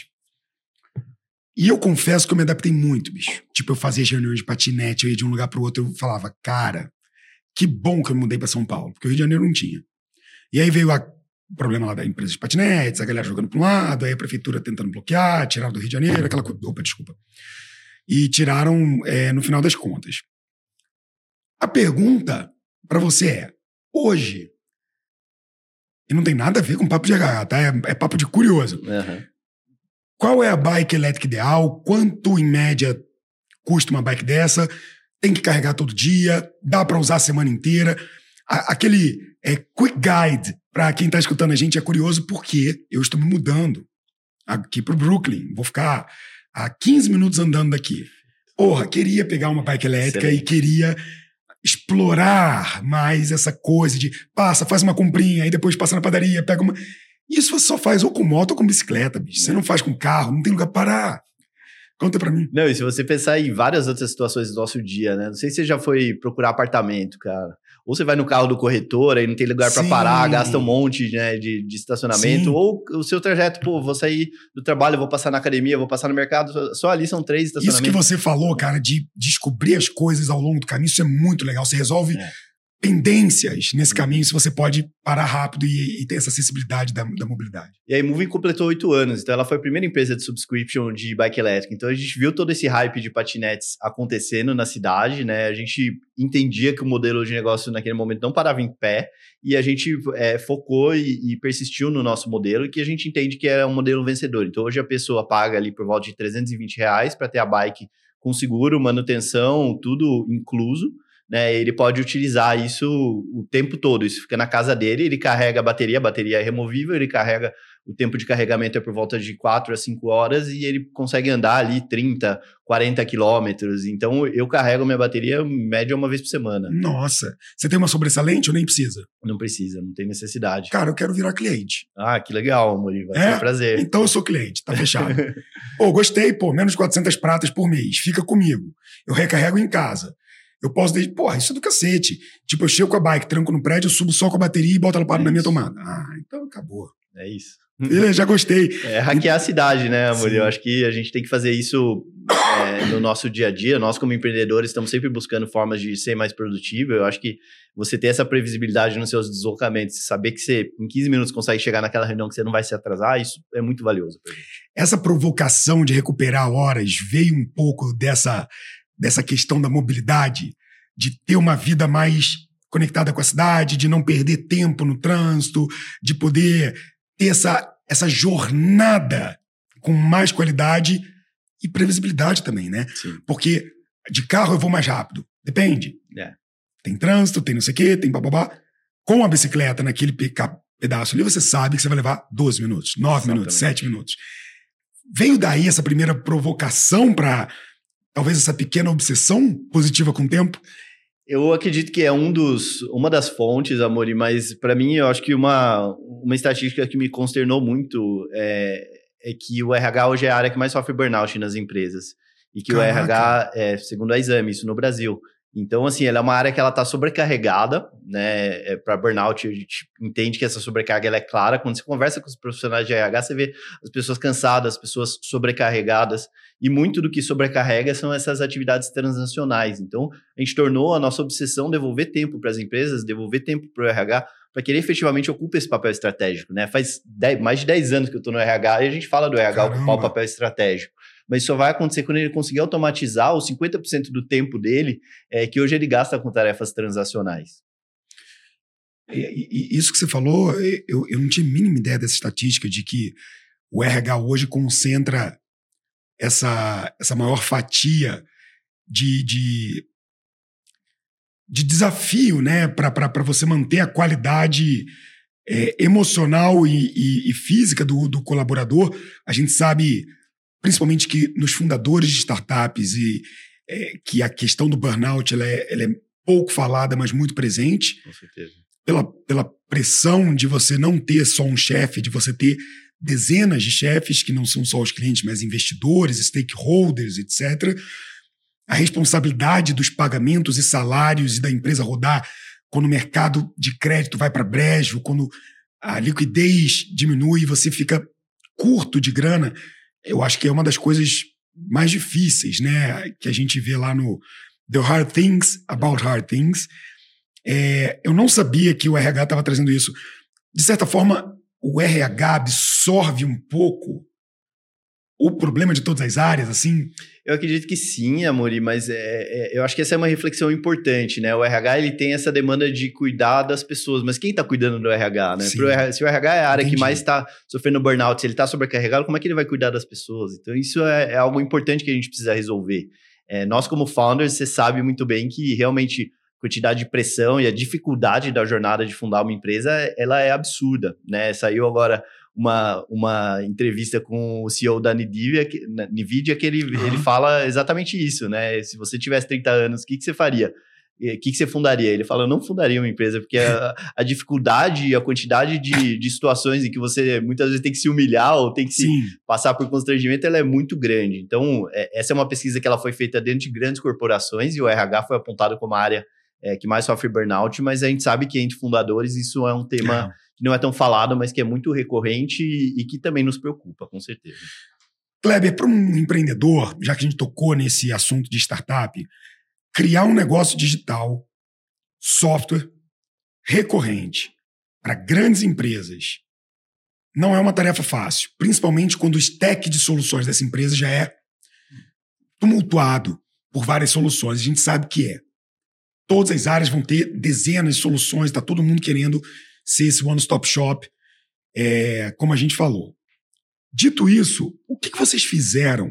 A: E eu confesso que eu me adaptei muito, bicho. Tipo, eu fazia reuniões de patinete, eu ia de um lugar pro outro, eu falava, cara, que bom que eu mudei pra São Paulo, porque o Rio de Janeiro não tinha. E aí veio o problema lá da empresa de patinetes, a galera jogando pra um lado, aí a prefeitura tentando bloquear, tiraram do Rio de Janeiro, aquela coisa. Opa, desculpa. E tiraram no final das contas. A pergunta pra você é, hoje, e não tem nada a ver com papo de RH, tá? É papo de curioso.
B: Uhum.
A: Qual é a bike elétrica ideal? Quanto, em média, custa uma bike dessa? Tem que carregar todo dia? Dá para usar a semana inteira? Aquele quick guide para quem está escutando a gente é curioso porque eu estou me mudando aqui para o Brooklyn. Vou ficar a 15 minutos andando daqui. Porra, queria pegar uma bike elétrica e queria explorar mais essa coisa de faz uma comprinha, aí depois passa na padaria, pega uma... Isso você só faz ou com moto ou com bicicleta, bicho. Você não faz com carro, não tem lugar para parar. Conta pra mim.
B: Não, e se você pensar em várias outras situações do nosso dia, né? Não sei se você já foi procurar apartamento, cara. Ou você vai no carro do corretor, aí não tem lugar para parar, gasta um monte, né, de estacionamento. Sim. Ou o seu trajeto, vou sair do trabalho, vou passar na academia, vou passar no mercado. Só ali são 3 estacionamentos.
A: Isso que você falou, cara, de descobrir as coisas ao longo do caminho, isso é muito legal. Você resolve... pendências nesse caminho, se você pode parar rápido e ter essa acessibilidade da mobilidade.
B: E aí, Moving completou 8 anos, então ela foi a primeira empresa de subscription de bike elétrica. Então a gente viu todo esse hype de patinetes acontecendo na cidade, né? A gente entendia que o modelo de negócio naquele momento não parava em pé e a gente focou e persistiu no nosso modelo, que a gente entende que é um modelo vencedor. Então hoje a pessoa paga ali por volta de R$320 para ter a bike com seguro, manutenção, tudo incluso. Né, ele pode utilizar isso o tempo todo, isso fica na casa dele, ele carrega a bateria é removível, ele carrega, o tempo de carregamento é por volta de 4 a 5 horas e ele consegue andar ali 30, 40 quilômetros, então eu carrego minha bateria em média uma vez por semana.
A: Nossa, você tem uma sobressalente ou nem precisa?
B: Não precisa, não tem necessidade.
A: Cara, eu quero virar cliente.
B: Ah, que legal, Amori, vai ser um prazer.
A: Então eu sou cliente, tá fechado. Gostei, menos de 400 pratas por mês, fica comigo, eu recarrego em casa. Eu posso dizer, isso é do cacete. Tipo, eu chego com a bike, tranco no prédio, eu subo só com a bateria e boto ela para na minha tomada. Então acabou.
B: É isso.
A: Já gostei.
B: Hackear a cidade, né, amor? Eu acho que a gente tem que fazer isso no nosso dia a dia. Nós, como empreendedores, estamos sempre buscando formas de ser mais produtivo. Eu acho que você ter essa previsibilidade nos seus deslocamentos, saber que você, em 15 minutos, consegue chegar naquela reunião que você não vai se atrasar, isso é muito valioso pra gente.
A: Essa provocação de recuperar horas veio um pouco dessa questão da mobilidade, de ter uma vida mais conectada com a cidade, de não perder tempo no trânsito, de poder ter essa jornada com mais qualidade e previsibilidade também, né?
B: Sim.
A: Porque de carro eu vou mais rápido. Depende. Tem trânsito, tem não sei o quê, tem bababá. Com a bicicleta, naquele pedaço ali, você sabe que você vai levar 12 minutos, 9 minutos, 7 minutos. Veio daí essa primeira provocação para... talvez essa pequena obsessão positiva com o tempo?
B: Eu acredito que é uma das fontes, Amori, mas para mim eu acho que uma estatística que me consternou muito é que o RH hoje é a área que mais sofre burnout nas empresas. E que Caraca. O RH, segundo a Exame, isso no Brasil. Então, assim, ela é uma área que ela está sobrecarregada, né? Para burnout, a gente entende que essa sobrecarga ela é clara. Quando você conversa com os profissionais de RH, você vê as pessoas cansadas, as pessoas sobrecarregadas. E muito do que sobrecarrega são essas atividades transnacionais. Então, a gente tornou a nossa obsessão devolver tempo para as empresas, devolver tempo para o RH, para que ele efetivamente ocupe esse papel estratégico, né? Faz mais de 10 anos que eu estou no RH e a gente fala do RH ocupar o papel estratégico. Mas isso só vai acontecer quando ele conseguir automatizar os 50% do tempo dele, que hoje ele gasta com tarefas transacionais.
A: E isso que você falou, eu não tinha a mínima ideia dessa estatística de que o RH hoje concentra essa maior fatia de desafio, né, para você manter a qualidade emocional e física do colaborador. A gente sabe, principalmente, que nos fundadores de startups que a questão do burnout ela é pouco falada, mas muito presente.
B: Com certeza.
A: Pela pressão de você não ter só um chefe, de você ter dezenas de chefes que não são só os clientes, mas investidores, stakeholders, etc. A responsabilidade dos pagamentos e salários e da empresa rodar quando o mercado de crédito vai para brejo, quando a liquidez diminui, você fica curto de grana, eu acho que é uma das coisas mais difíceis, né? Que a gente vê lá no The Hard Things About Hard Things. Eu não sabia que o RH estava trazendo isso. De certa forma, o RH absorve um pouco o problema de todas as áreas, assim?
B: Eu acredito que sim, Amori, mas eu acho que essa é uma reflexão importante, né? O RH, ele tem essa demanda de cuidar das pessoas, mas quem está cuidando do RH, né? Se o RH é a área que mais está sofrendo burnout, se ele está sobrecarregado, como é que ele vai cuidar das pessoas? Então, isso é algo importante que a gente precisa resolver. Nós, como founders, você sabe muito bem que realmente a quantidade de pressão e a dificuldade da jornada de fundar uma empresa, ela é absurda, né? Saiu agora uma entrevista com o CEO da NVIDIA que ele fala exatamente isso, né? Se você tivesse 30 anos, o que você faria? O que você fundaria? Ele fala, eu não fundaria uma empresa, porque a dificuldade e a quantidade de situações em que você muitas vezes tem que se humilhar ou tem que passar por constrangimento, ela é muito grande. Então, essa é uma pesquisa que ela foi feita dentro de grandes corporações e o RH foi apontado como a área que mais sofre burnout, mas a gente sabe que entre fundadores isso é um tema que não é tão falado, mas que é muito recorrente e que também nos preocupa, com certeza.
A: Kleber, para um empreendedor, já que a gente tocou nesse assunto de startup, criar um negócio digital, software, recorrente, para grandes empresas, não é uma tarefa fácil, principalmente quando o stack de soluções dessa empresa já é tumultuado por várias soluções. A gente sabe que todas as áreas vão ter dezenas de soluções, está todo mundo querendo ser esse one-stop shop, como a gente falou. Dito isso, o que vocês fizeram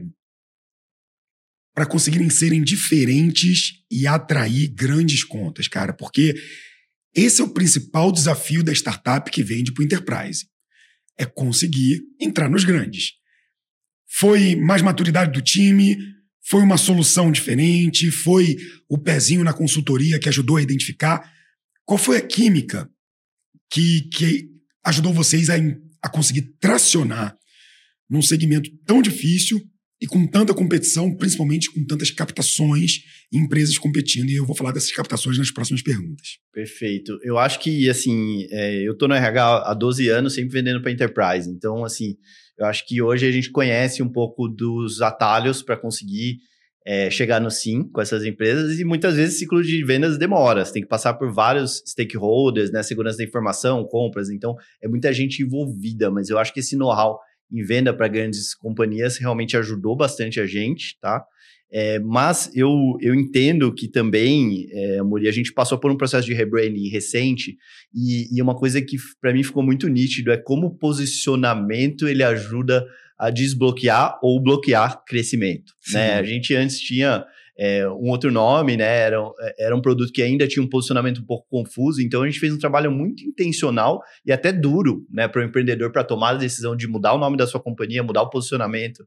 A: para conseguirem serem diferentes e atrair grandes contas, cara? Porque esse é o principal desafio da startup que vende para o enterprise. É conseguir entrar nos grandes. Foi mais maturidade do time? Foi uma solução diferente? Foi o pezinho na consultoria que ajudou a identificar? Qual foi a química que ajudou vocês a conseguir tracionar num segmento tão difícil e com tanta competição, principalmente com tantas captações e empresas competindo? E eu vou falar dessas captações nas próximas perguntas.
B: Perfeito. Eu acho que, assim, eu estou no RH há 12 anos, sempre vendendo para enterprise. Então, assim, eu acho que hoje a gente conhece um pouco dos atalhos para conseguir chegar no sim com essas empresas, e muitas vezes o ciclo de vendas demora. Você tem que passar por vários stakeholders, né? Segurança da informação, compras. Então, é muita gente envolvida, mas eu acho que esse know-how em venda para grandes companhias realmente ajudou bastante a gente, tá? Mas eu entendo que também, Amori, a gente passou por um processo de rebranding recente e uma coisa que para mim ficou muito nítido é como o posicionamento ele ajuda a desbloquear ou bloquear crescimento, né? A gente antes tinha um outro nome, né? Era um produto que ainda tinha um posicionamento um pouco confuso, então a gente fez um trabalho muito intencional e até duro, né, para o empreendedor para tomar a decisão de mudar o nome da sua companhia, mudar o posicionamento,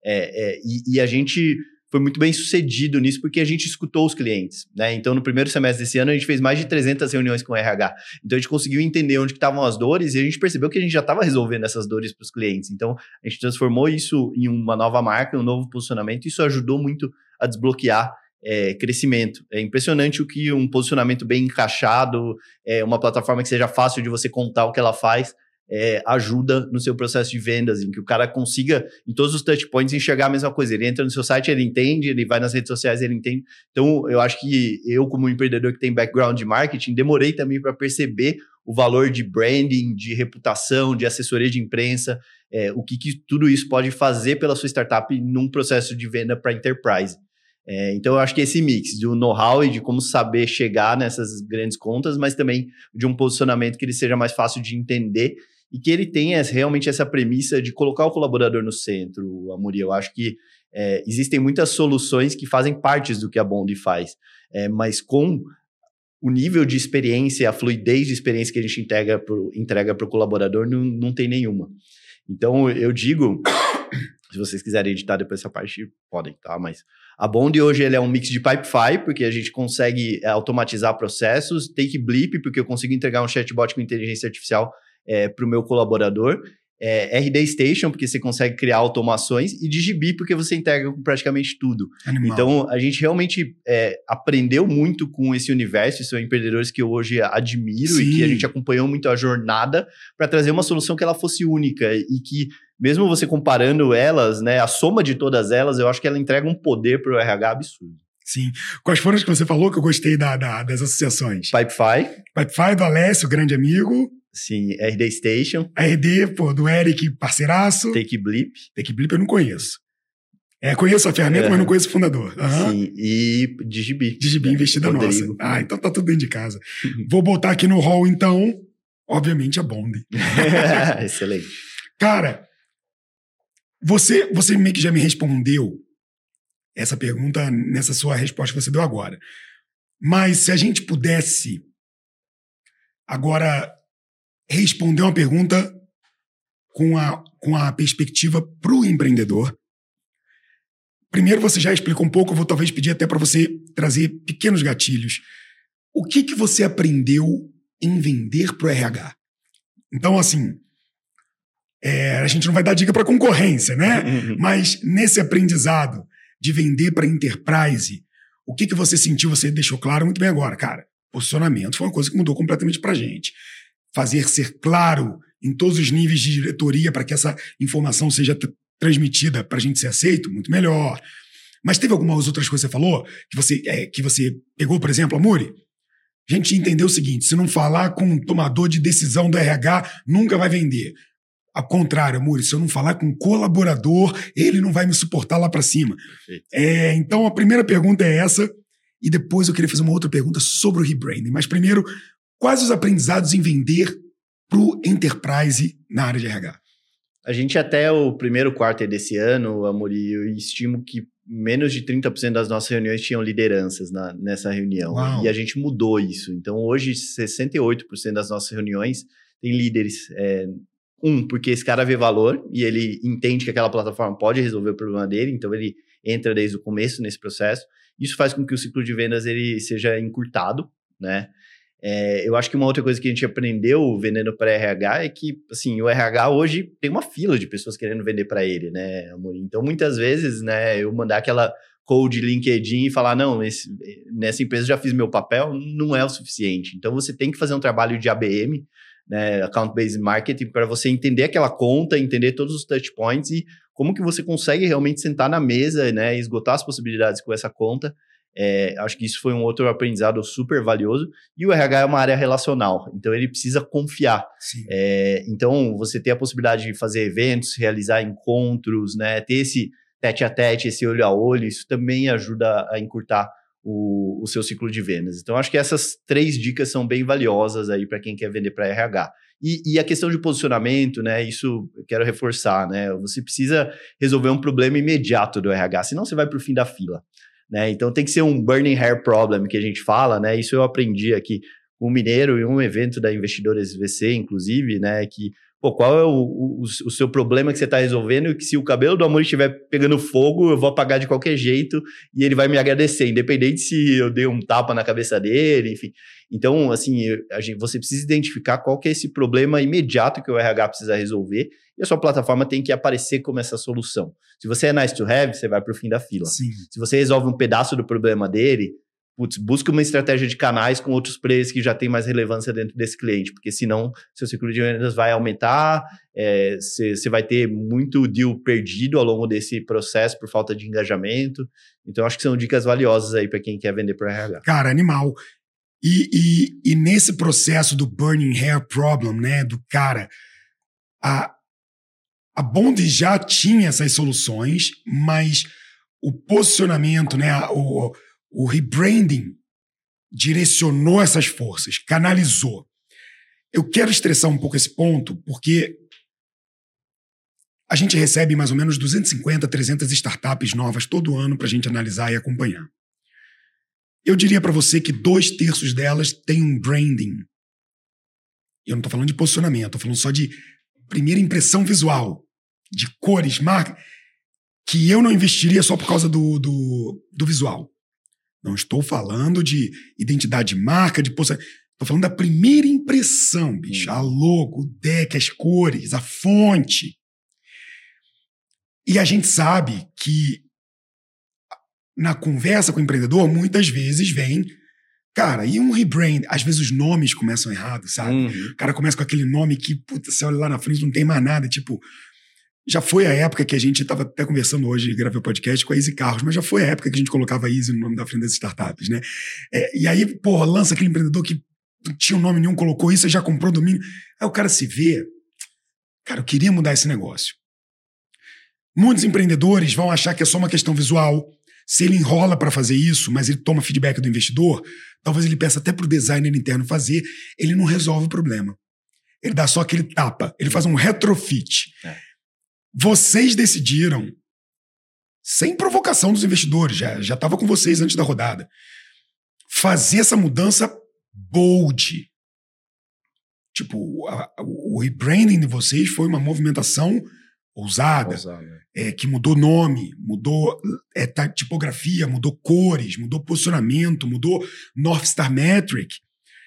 B: e a gente foi muito bem sucedido nisso porque a gente escutou os clientes, né? Então, no primeiro semestre desse ano, a gente fez mais de 300 reuniões com o RH. Então, a gente conseguiu entender onde estavam as dores e a gente percebeu que a gente já estava resolvendo essas dores para os clientes. Então, a gente transformou isso em uma nova marca, um novo posicionamento. Isso ajudou muito a desbloquear crescimento. É impressionante o que um posicionamento bem encaixado, uma plataforma que seja fácil de você contar o que ela faz, ajuda no seu processo de vendas, em que o cara consiga, em todos os touch points, enxergar a mesma coisa. Ele entra no seu site, ele entende, ele vai nas redes sociais, ele entende. Então, eu acho que eu, como empreendedor que tem background de marketing, demorei também para perceber o valor de branding, de reputação, de assessoria de imprensa, o que tudo isso pode fazer pela sua startup num processo de venda para enterprise. Então, eu acho que esse mix do know-how e de como saber chegar nessas grandes contas, mas também de um posicionamento que ele seja mais fácil de entender e que ele tenha realmente essa premissa de colocar o colaborador no centro, Amori. Eu acho que existem muitas soluções que fazem parte do que a Bond faz, mas com o nível de experiência, a fluidez de experiência que a gente entrega para o colaborador, não tem nenhuma. Então, eu digo, se vocês quiserem editar depois essa parte, podem, tá? Mas a Bond hoje ele é um mix de Pipefy, porque a gente consegue automatizar processos, Take Bleep, porque eu consigo entregar um chatbot com inteligência artificial para o meu colaborador, RD Station, porque você consegue criar automações, e Digibi, porque você integra com praticamente tudo.
A: Animal.
B: Então, a gente realmente aprendeu muito com esse universo, e são empreendedores que eu hoje admiro. Sim. E que a gente acompanhou muito a jornada para trazer uma solução que ela fosse única e que, mesmo você comparando elas, né, a soma de todas elas, eu acho que ela entrega um poder para o RH absurdo.
A: Sim. Quais foram as que você falou que eu gostei das associações?
B: Pipefy
A: do Alessio, grande amigo.
B: Sim, RD Station.
A: RD, do Eric, parceiraço.
B: TakeBlip
A: eu não conheço. Conheço a ferramenta, mas não conheço o fundador.
B: Sim, e Digibi.
A: Digibi, investida nossa. Então tá tudo dentro de casa. Vou botar aqui no hall, então, obviamente, a Bond.
B: Excelente.
A: Cara, você meio que já me respondeu essa pergunta nessa sua resposta que você deu agora. Mas se a gente pudesse agora responder uma pergunta com a perspectiva para o empreendedor. Primeiro, você já explicou um pouco, eu vou talvez pedir até para você trazer pequenos gatilhos. O que você aprendeu em vender para o RH? Então, assim, a gente não vai dar dica para concorrência, né? Mas nesse aprendizado de vender para enterprise, o que você sentiu, você deixou claro muito bem agora, cara. Posicionamento foi uma coisa que mudou completamente para a gente. Fazer ser claro em todos os níveis de diretoria para que essa informação seja transmitida para a gente ser aceito, muito melhor. Mas teve algumas outras coisas que você falou, que você pegou, por exemplo, Amuri? A gente entendeu o seguinte, se não falar com um tomador de decisão do RH, nunca vai vender. Ao contrário, Amuri, se eu não falar com um colaborador, ele não vai me suportar lá para cima. Então, a primeira pergunta é essa, e depois eu queria fazer uma outra pergunta sobre o rebranding. Mas primeiro, quais os aprendizados em vender para o enterprise na área de RH?
B: A gente até o primeiro quarto desse ano, Amuri, eu estimo que menos de 30% das nossas reuniões tinham lideranças nessa reunião. Uau. E a gente mudou isso. Então, hoje, 68% das nossas reuniões têm líderes. Porque esse cara vê valor e ele entende que aquela plataforma pode resolver o problema dele, então ele entra desde o começo nesse processo. Isso faz com que o ciclo de vendas ele seja encurtado, né? Eu acho que uma outra coisa que a gente aprendeu vendendo para RH é que, assim, o RH hoje tem uma fila de pessoas querendo vender para ele, né, Amor? Então, muitas vezes, né, eu mandar aquela code LinkedIn e falar, não, nessa empresa já fiz meu papel, não é o suficiente. Então, você tem que fazer um trabalho de ABM, né, Account Based Marketing, para você entender aquela conta, entender todos os touch points e como que você consegue realmente sentar na mesa, né, e esgotar as possibilidades com essa conta. Acho que isso foi um outro aprendizado super valioso. E o RH é uma área relacional, então ele precisa confiar. Então, você ter a possibilidade de fazer eventos, realizar encontros, né, ter esse tete-a-tete, esse olho a olho, isso também ajuda a encurtar o seu ciclo de vendas. Então, acho que essas 3 dicas são bem valiosas aí para quem quer vender para RH. E a questão de posicionamento, né, isso eu quero reforçar, né, você precisa resolver um problema imediato do RH, senão você vai para o fim da fila. Né? Então tem que ser um burning hair problem que a gente fala, né? Isso eu aprendi aqui com o Mineiro em um evento da Investidores VC, inclusive, né? Que, qual é o seu problema que você está resolvendo e que se o cabelo do Amor estiver pegando fogo, eu vou apagar de qualquer jeito e ele vai me agradecer, independente se eu dei um tapa na cabeça dele, enfim. Então, assim, você precisa identificar qual que é esse problema imediato que o RH precisa resolver e a sua plataforma tem que aparecer como essa solução. Se você é nice to have, você vai para o fim da fila.
A: Sim.
B: Se você resolve um pedaço do problema dele, busca uma estratégia de canais com outros players que já tem mais relevância dentro desse cliente, porque senão seu ciclo de vendas vai aumentar, você vai ter muito deal perdido ao longo desse processo por falta de engajamento. Então, acho que são dicas valiosas aí para quem quer vender para RH.
A: Cara, animal. E nesse processo do burning hair problem, né, do cara, a Bond já tinha essas soluções, mas o posicionamento, né, o rebranding direcionou essas forças, canalizou. Eu quero estressar um pouco esse ponto, porque a gente recebe mais ou menos 250, 300 startups novas todo ano para a gente analisar e acompanhar. Eu diria para você que 2/3 delas têm um branding. Eu não estou falando de posicionamento, estou falando só de primeira impressão visual, de cores, marca, que eu não investiria só por causa do visual. Não estou falando de identidade de marca, de posicionamento. Tô falando da primeira impressão, bicho. A logo, o deck, as cores, a fonte. E a gente sabe que na conversa com o empreendedor, muitas vezes vem... Cara, e um rebrand? Às vezes os nomes começam errados, sabe? O cara começa com aquele nome que, puta, você olha lá na frente, não tem mais nada. Tipo, já foi a época que a gente tava até conversando hoje, gravei o podcast com a Easy Carros, mas já foi a época que a gente colocava Easy no nome da frente das startups, né? E aí, porra, lança aquele empreendedor que não tinha um nome nenhum, colocou isso e já comprou domínio. Aí o cara se vê, cara, eu queria mudar esse negócio. Muitos empreendedores vão achar que é só uma questão visual. Se ele enrola para fazer isso, mas ele toma feedback do investidor, talvez ele peça até pro designer interno fazer, ele não resolve o problema. Ele dá só aquele tapa, ele faz um retrofit. Vocês decidiram, sem provocação dos investidores, já estava com vocês antes da rodada, fazer essa mudança bold. Tipo, o rebranding de vocês foi uma movimentação ousada. Que mudou nome, mudou tipografia, mudou cores, mudou posicionamento, mudou North Star Metric.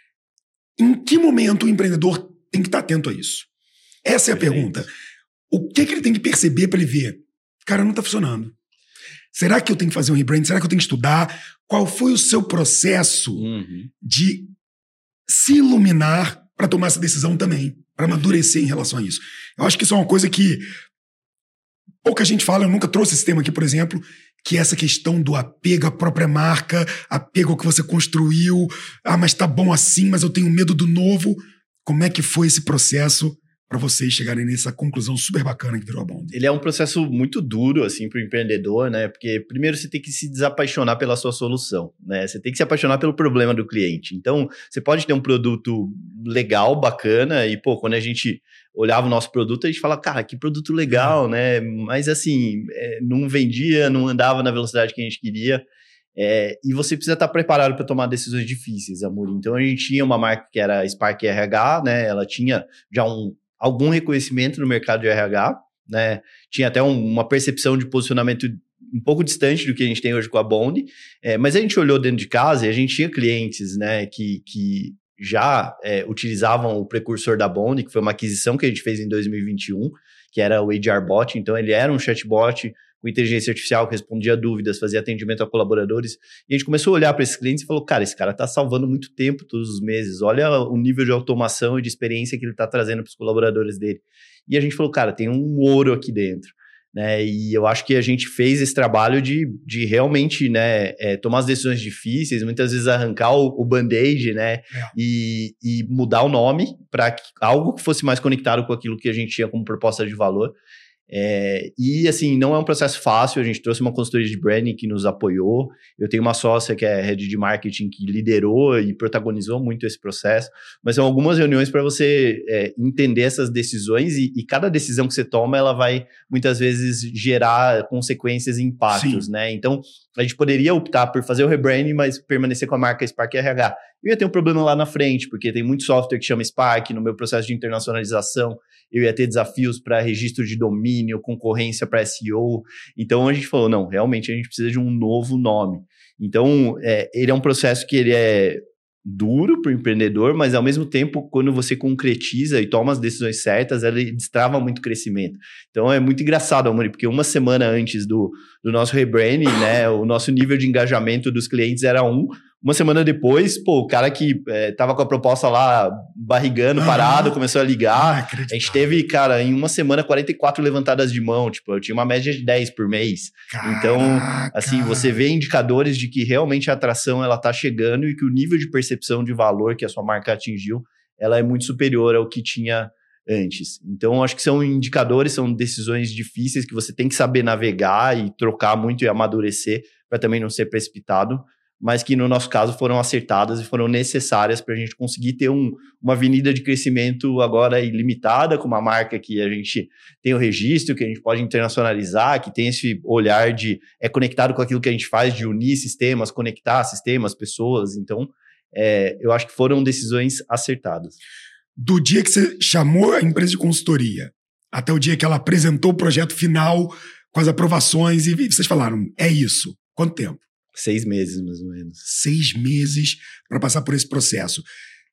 A: Em que momento o empreendedor tem que estar atento a isso? Essa é a pergunta. O que ele tem que perceber para ele ver? Cara, não está funcionando. Será que eu tenho que fazer um rebrand? Será que eu tenho que estudar? Qual foi o seu processo de se iluminar para tomar essa decisão também? Para amadurecer em relação a isso. Eu acho que isso é uma coisa que pouca gente fala, eu nunca trouxe esse tema aqui, por exemplo, que é essa questão do apego à própria marca, apego ao que você construiu, mas tá bom assim, mas eu tenho medo do novo. Como é que foi esse processo para vocês chegarem nessa conclusão super bacana que virou a Bond?
B: Ele é um processo muito duro, assim, para o empreendedor, né? Porque primeiro você tem que se desapaixonar pela sua solução, né? Você tem que se apaixonar pelo problema do cliente. Então, você pode ter um produto legal, bacana, e, pô, quando a gente olhava o nosso produto, a gente fala, cara, que produto legal, né? Mas, assim, não vendia, não andava na velocidade que a gente queria. E você precisa estar preparado para tomar decisões difíceis, Amorim. Então, a gente tinha uma marca que era Spark RH, né? Ela tinha já algum reconhecimento no mercado de RH, né? Tinha até uma percepção de posicionamento um pouco distante do que a gente tem hoje com a Bond, mas a gente olhou dentro de casa e a gente tinha clientes, né, que já utilizavam o precursor da Bond, que foi uma aquisição que a gente fez em 2021, que era o HR Bot. Então ele era um chatbot com inteligência artificial que respondia a dúvidas, fazia atendimento a colaboradores, e a gente começou a olhar para esses clientes e falou, cara, esse cara está salvando muito tempo todos os meses, olha o nível de automação e de experiência que ele está trazendo para os colaboradores dele. E a gente falou, cara, tem um ouro aqui dentro, né? E eu acho que a gente fez esse trabalho de realmente, né, tomar as decisões difíceis, muitas vezes arrancar o band-aid, né, e mudar o nome para algo que fosse mais conectado com aquilo que a gente tinha como proposta de valor. E assim, não é um processo fácil. A gente trouxe uma consultoria de branding que nos apoiou. Eu tenho uma sócia que é head de marketing que liderou e protagonizou muito esse processo, mas são algumas reuniões para você entender essas decisões e cada decisão que você toma, ela vai muitas vezes gerar consequências e impactos, né? Então a gente poderia optar por fazer o rebranding, mas permanecer com a marca Spark RH. Eu ia ter um problema lá na frente, porque tem muito software que chama Spark. No meu processo de internacionalização, eu ia ter desafios para registro de domínio, concorrência para SEO. Então a gente falou, não, realmente a gente precisa de um novo nome. Então ele é um processo que ele é duro para o empreendedor, mas ao mesmo tempo, quando você concretiza e toma as decisões certas, ele destrava muito crescimento. Então é muito engraçado, Amorim, porque uma semana antes do nosso rebranding, né, o nosso nível de engajamento dos clientes era uma semana depois, pô, o cara que tava com a proposta lá, barrigando, parado, começou a ligar. A gente teve, cara, em uma semana, 44 levantadas de mão. Tipo, eu tinha uma média de 10 por mês. Caraca. Então, assim, você vê indicadores de que realmente a atração, ela tá chegando e que o nível de percepção de valor que a sua marca atingiu, ela é muito superior ao que tinha antes. Então, acho que são indicadores, são decisões difíceis que você tem que saber navegar e trocar muito e amadurecer para também não ser precipitado, mas que no nosso caso foram acertadas e foram necessárias para a gente conseguir ter uma avenida de crescimento agora ilimitada, com uma marca que a gente tem o registro, que a gente pode internacionalizar, que tem esse olhar de conectado com aquilo que a gente faz, de unir sistemas, conectar sistemas, pessoas. Então, eu acho que foram decisões acertadas.
A: Do dia que você chamou a empresa de consultoria até o dia que ela apresentou o projeto final com as aprovações e vocês falaram, é isso. Quanto tempo?
B: 6 meses, mais ou menos.
A: 6 meses para passar por esse processo.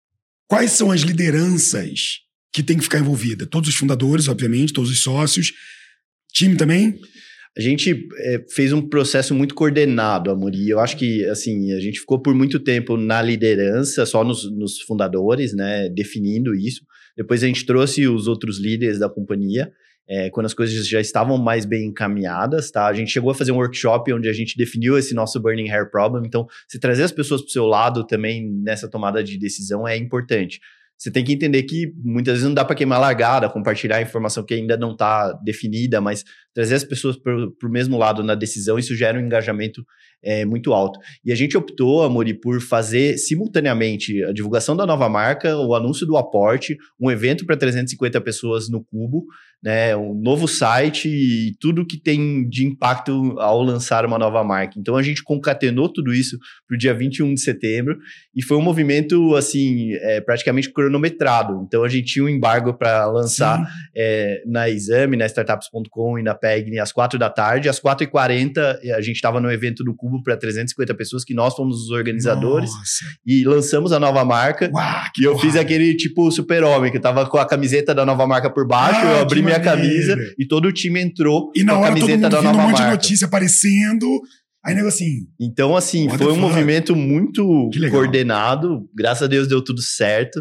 A: quais são as lideranças que tem que ficar envolvida? Todos os fundadores, obviamente, todos os sócios, time também?
B: A gente fez um processo muito coordenado, Amorim. Eu acho que, assim, a gente ficou por muito tempo na liderança, só nos fundadores, né, definindo isso. Depois a gente trouxe os outros líderes da companhia, quando as coisas já estavam mais bem encaminhadas, tá? A gente chegou a fazer um workshop onde a gente definiu esse nosso Burning Hair Problem. Então, se trazer as pessoas para o seu lado também nessa tomada de decisão é importante. Você tem que entender que muitas vezes não dá para queimar largada, compartilhar informação que ainda não está definida, mas trazer as pessoas para o mesmo lado na decisão, isso gera um engajamento muito alto. E a gente optou, Amorim, por fazer simultaneamente a divulgação da nova marca, o anúncio do aporte, um evento para 350 pessoas no Cubo, né, um novo site e tudo que tem de impacto ao lançar uma nova marca. Então a gente concatenou tudo isso para o dia 21 de setembro e foi um movimento assim, praticamente cronometrado. Então a gente tinha um embargo para lançar na Exame, na Startups.com e na PEGNI às 4 da tarde. Às 4h40 a gente estava no evento do Cubo para 350 pessoas, que nós fomos os organizadores.
A: Nossa.
B: E lançamos a nova marca.
A: Uau,
B: e eu fiz aquele tipo super-homem, que eu tava com a camiseta da nova marca por baixo, eu abri minha camisa e todo o time entrou
A: e na
B: com a
A: hora
B: camiseta da nova
A: um monte
B: marca.
A: de notícia aparecendo, aí nego assim...
B: Então, assim, foi um movimento muito coordenado, graças a Deus deu tudo certo.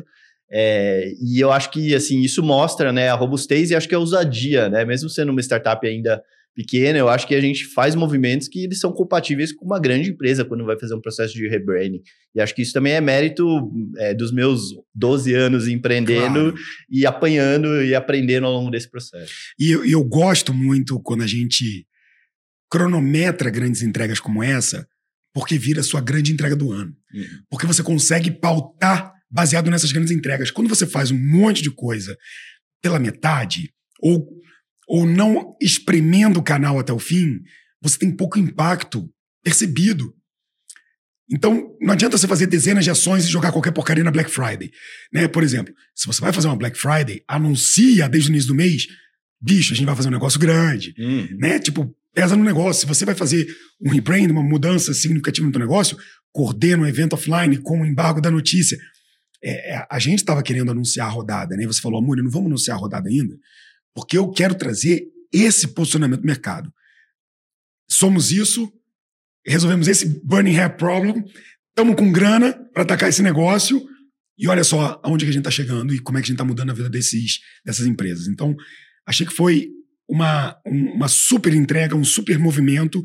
B: E eu acho que, assim, isso mostra, né, a robustez e acho que a ousadia, né, mesmo sendo uma startup ainda pequena, eu acho que a gente faz movimentos que eles são compatíveis com uma grande empresa quando vai fazer um processo de rebranding. E acho que isso também é mérito dos meus 12 anos empreendendo, claro, e apanhando e aprendendo ao longo desse processo.
A: E eu gosto muito quando a gente cronometra grandes entregas como essa, porque vira a sua grande entrega do ano. Porque você consegue pautar baseado nessas grandes entregas. Quando você faz um monte de coisa pela metade, ou não espremendo o canal até o fim, você tem pouco impacto percebido. Então, não adianta você fazer dezenas de ações e jogar qualquer porcaria na Black Friday. Né? Por exemplo, se você vai fazer uma Black Friday, anuncia desde o início do mês, bicho, a gente vai fazer um negócio grande. Né? Tipo, pesa no negócio. Se você vai fazer um rebrand, uma mudança significativa no teu negócio, coordena um evento offline com o embargo da notícia. A gente estava querendo anunciar a rodada, né? Você falou, Amorim, não vamos anunciar a rodada ainda? Porque eu quero trazer esse posicionamento do mercado. Somos isso, resolvemos esse Burning Hair Problem, estamos com grana para atacar esse negócio e olha só aonde que a gente está chegando e como é que a gente está mudando a vida dessas empresas. Então, achei que foi uma super entrega, um super movimento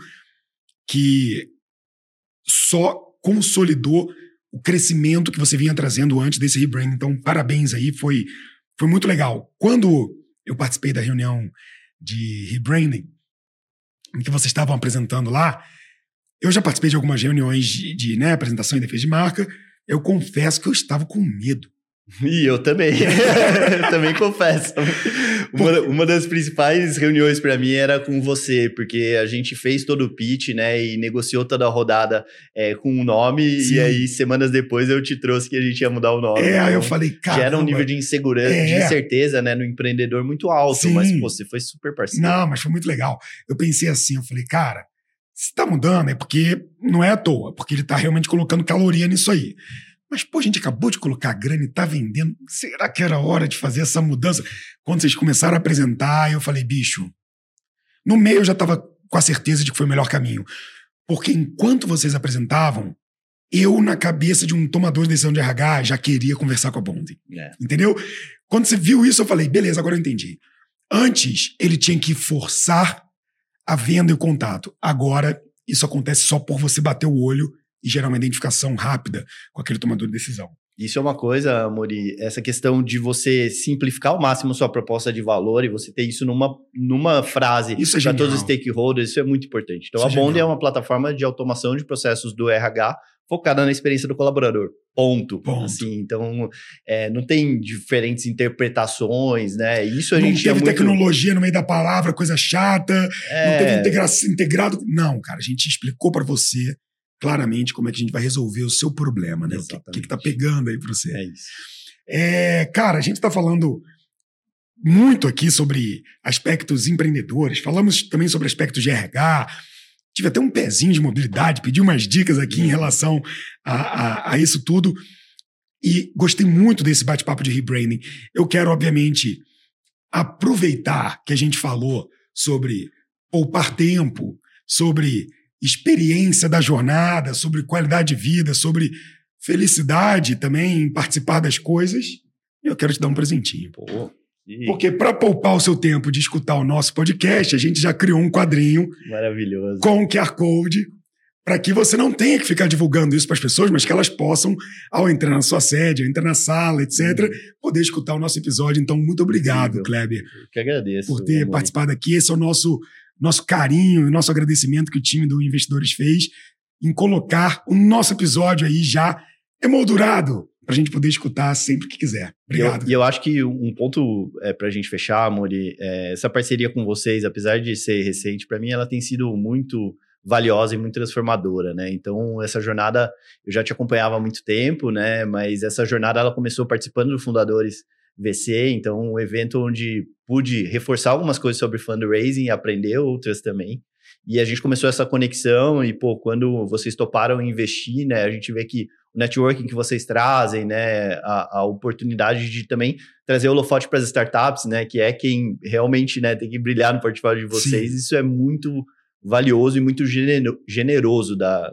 A: que só consolidou o crescimento que você vinha trazendo antes desse rebranding. Então, parabéns aí, foi muito legal. Quando eu participei da reunião de rebranding, em que vocês estavam apresentando lá, eu já participei de algumas reuniões de apresentação e defesa de marca, eu confesso que eu estava com medo.
B: E eu também. Eu também confesso. Uma das principais reuniões para mim era com você, porque a gente fez todo o pitch, né, e negociou toda a rodada com um nome. Sim. E aí semanas depois eu te trouxe que a gente ia mudar o nome.
A: Aí eu falei, cara,
B: gera um nível de insegurança, de incerteza, né, no empreendedor muito alto. Sim. Mas pô, você foi super parceiro.
A: Não, mas foi muito legal. Eu pensei assim, eu falei, cara, se tá mudando é porque não é à toa, porque ele tá realmente colocando caloria nisso aí. Mas, pô, a gente acabou de colocar grana e tá vendendo. Será que era hora de fazer essa mudança? Quando vocês começaram a apresentar, eu falei, bicho, no meio eu já tava com a certeza de que foi o melhor caminho. Porque enquanto vocês apresentavam, eu, na cabeça de um tomador de decisão de RH, já queria conversar com a Bondi. Entendeu? Quando você viu isso, eu falei, beleza, agora eu entendi. Antes, ele tinha que forçar a venda e o contato. Agora, isso acontece só por você bater o olho e gerar uma identificação rápida com aquele tomador de decisão.
B: Isso é uma coisa, Amorim, essa questão de você simplificar ao máximo sua proposta de valor e você ter isso numa frase para todos os stakeholders, isso é muito importante. Então, a Bondi é uma plataforma de automação de processos do RH focada na experiência do colaborador. Ponto. Assim, então, não tem diferentes interpretações, né? Isso a gente
A: não teve tecnologia no meio da palavra, coisa chata, não teve integrado. Não, cara, a gente explicou para você claramente como é que a gente vai resolver o seu problema, né? O que tá pegando aí pra você.
B: É isso.
A: Cara, a gente tá falando muito aqui sobre aspectos empreendedores, falamos também sobre aspectos de RH, tive até um pezinho de mobilidade, pedi umas dicas aqui em relação a isso tudo. E gostei muito desse bate-papo de rebranding. Eu quero, obviamente, aproveitar que a gente falou sobre poupar tempo, sobre experiência da jornada, sobre qualidade de vida, sobre felicidade também em participar das coisas. Eu quero te dar um presentinho. Porque para poupar o seu tempo de escutar o nosso podcast, a gente já criou um quadrinho
B: maravilhoso
A: com o QR Code para que você não tenha que ficar divulgando isso para as pessoas, mas que elas possam, ao entrar na sua sede, ao entrar na sala, etc., poder escutar o nosso episódio. Então, muito obrigado, Kleber.
B: Eu que agradeço.
A: Por ter participado aqui. Esse é o nosso carinho e nosso agradecimento que o time do Investidores fez em colocar o nosso episódio aí já emoldurado para a gente poder escutar sempre que quiser. Obrigado.
B: E eu acho que um ponto para a gente fechar, Amori, essa parceria com vocês, apesar de ser recente, para mim ela tem sido muito valiosa e muito transformadora, né? Então, essa jornada, eu já te acompanhava há muito tempo, né? Mas essa jornada, ela começou participando do Fundadores VC, então um evento onde pude reforçar algumas coisas sobre fundraising e aprender outras também. E a gente começou essa conexão e, quando vocês toparam investir, né? A gente vê que o networking que vocês trazem, né? A oportunidade de também trazer o holofote para as startups, né? Que é quem realmente, né, tem que brilhar no portfólio de vocês. Sim. Isso é muito valioso e muito generoso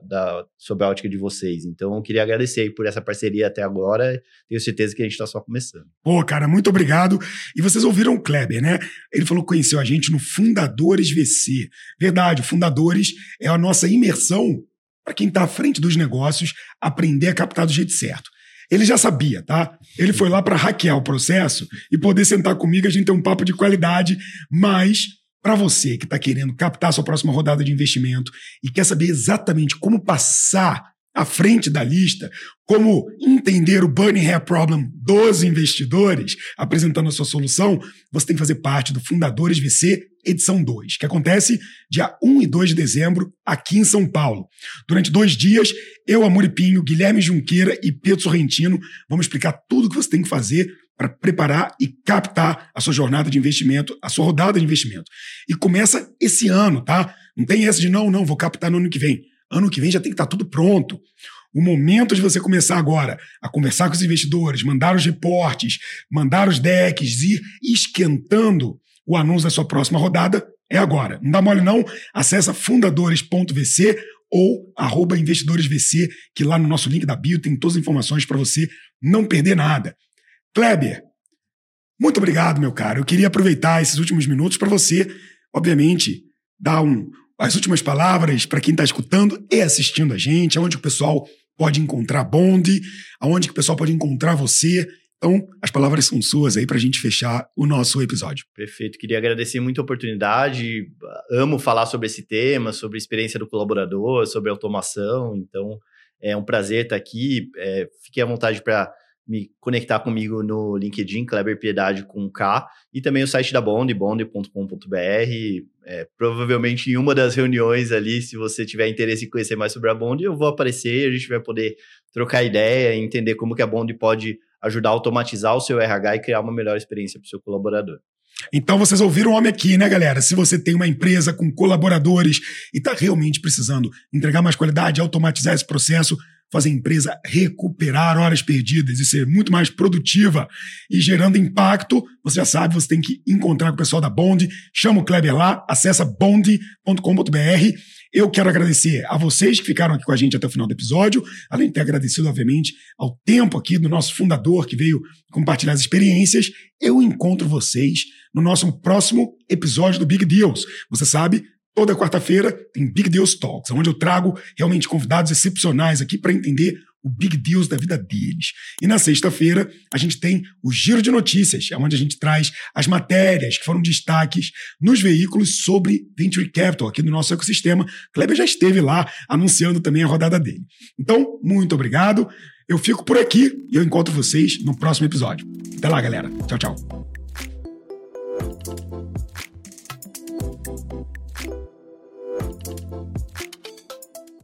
B: sob a ótica de vocês. Então, eu queria agradecer aí por essa parceria até agora. Tenho certeza que a gente está só começando.
A: Cara, muito obrigado. E vocês ouviram o Kleber, né? Ele falou que conheceu a gente no Fundadores VC. Verdade, o Fundadores é a nossa imersão para quem está à frente dos negócios aprender a captar do jeito certo. Ele já sabia, tá? Ele foi lá para hackear o processo e poder sentar comigo, a gente ter um papo de qualidade, mas para você que está querendo captar a sua próxima rodada de investimento e quer saber exatamente como passar à frente da lista, como entender o Burning Hair Problem dos investidores, apresentando a sua solução, você tem que fazer parte do Fundadores VC edição 2, que acontece dia 1 e 2 de dezembro aqui em São Paulo. Durante 2 dias, eu, Amori Pinho, Guilherme Junqueira e Pedro Sorrentino vamos explicar tudo o que você tem que fazer para preparar e captar a sua jornada de investimento, a sua rodada de investimento. E começa esse ano, tá? Não tem essa de não, vou captar no ano que vem. Ano que vem já tem que estar tudo pronto. O momento de você começar agora a conversar com os investidores, mandar os reportes, mandar os decks, ir esquentando o anúncio da sua próxima rodada é agora. Não dá mole não, acessa fundadores.vc ou @investidoresvc, que lá no nosso link da bio tem todas as informações para você não perder nada. Kleber, muito obrigado, meu caro. Eu queria aproveitar esses últimos minutos para você, obviamente, dar as últimas palavras para quem está escutando e assistindo a gente, aonde o pessoal pode encontrar Bond, aonde que o pessoal pode encontrar você. Então, as palavras são suas aí para a gente fechar o nosso episódio.
B: Perfeito. Queria agradecer muito a oportunidade. Amo falar sobre esse tema, sobre a experiência do colaborador, sobre automação. Então, é um prazer estar aqui. Fique à vontade para me conectar comigo no LinkedIn, Kleber Piedade com K, e também o site da Bond, bond.com.br. Provavelmente em uma das reuniões ali, se você tiver interesse em conhecer mais sobre a Bond, eu vou aparecer, a gente vai poder trocar ideia, entender como que a Bond pode ajudar a automatizar o seu RH e criar uma melhor experiência para o seu colaborador.
A: Então vocês ouviram o homem aqui, né, galera? Se você tem uma empresa com colaboradores e está realmente precisando entregar mais qualidade, automatizar esse processo, fazer a empresa recuperar horas perdidas e ser muito mais produtiva e gerando impacto, você já sabe, você tem que encontrar com o pessoal da Bond, chama o Kleber lá, acessa bond.com.br. Eu quero agradecer a vocês que ficaram aqui com a gente até o final do episódio, além de ter agradecido, obviamente, ao tempo aqui do nosso fundador que veio compartilhar as experiências. Eu encontro vocês no nosso próximo episódio do Big Deals. Você sabe, toda quarta-feira tem Big Deals Talks, onde eu trago realmente convidados excepcionais aqui para entender o Big Deals da vida deles. E na sexta-feira a gente tem o Giro de Notícias, onde a gente traz as matérias que foram destaques nos veículos sobre Venture Capital aqui no nosso ecossistema. Kleber já esteve lá anunciando também a rodada dele. Então, muito obrigado. Eu fico por aqui e eu encontro vocês no próximo episódio. Até lá, galera. Tchau, tchau.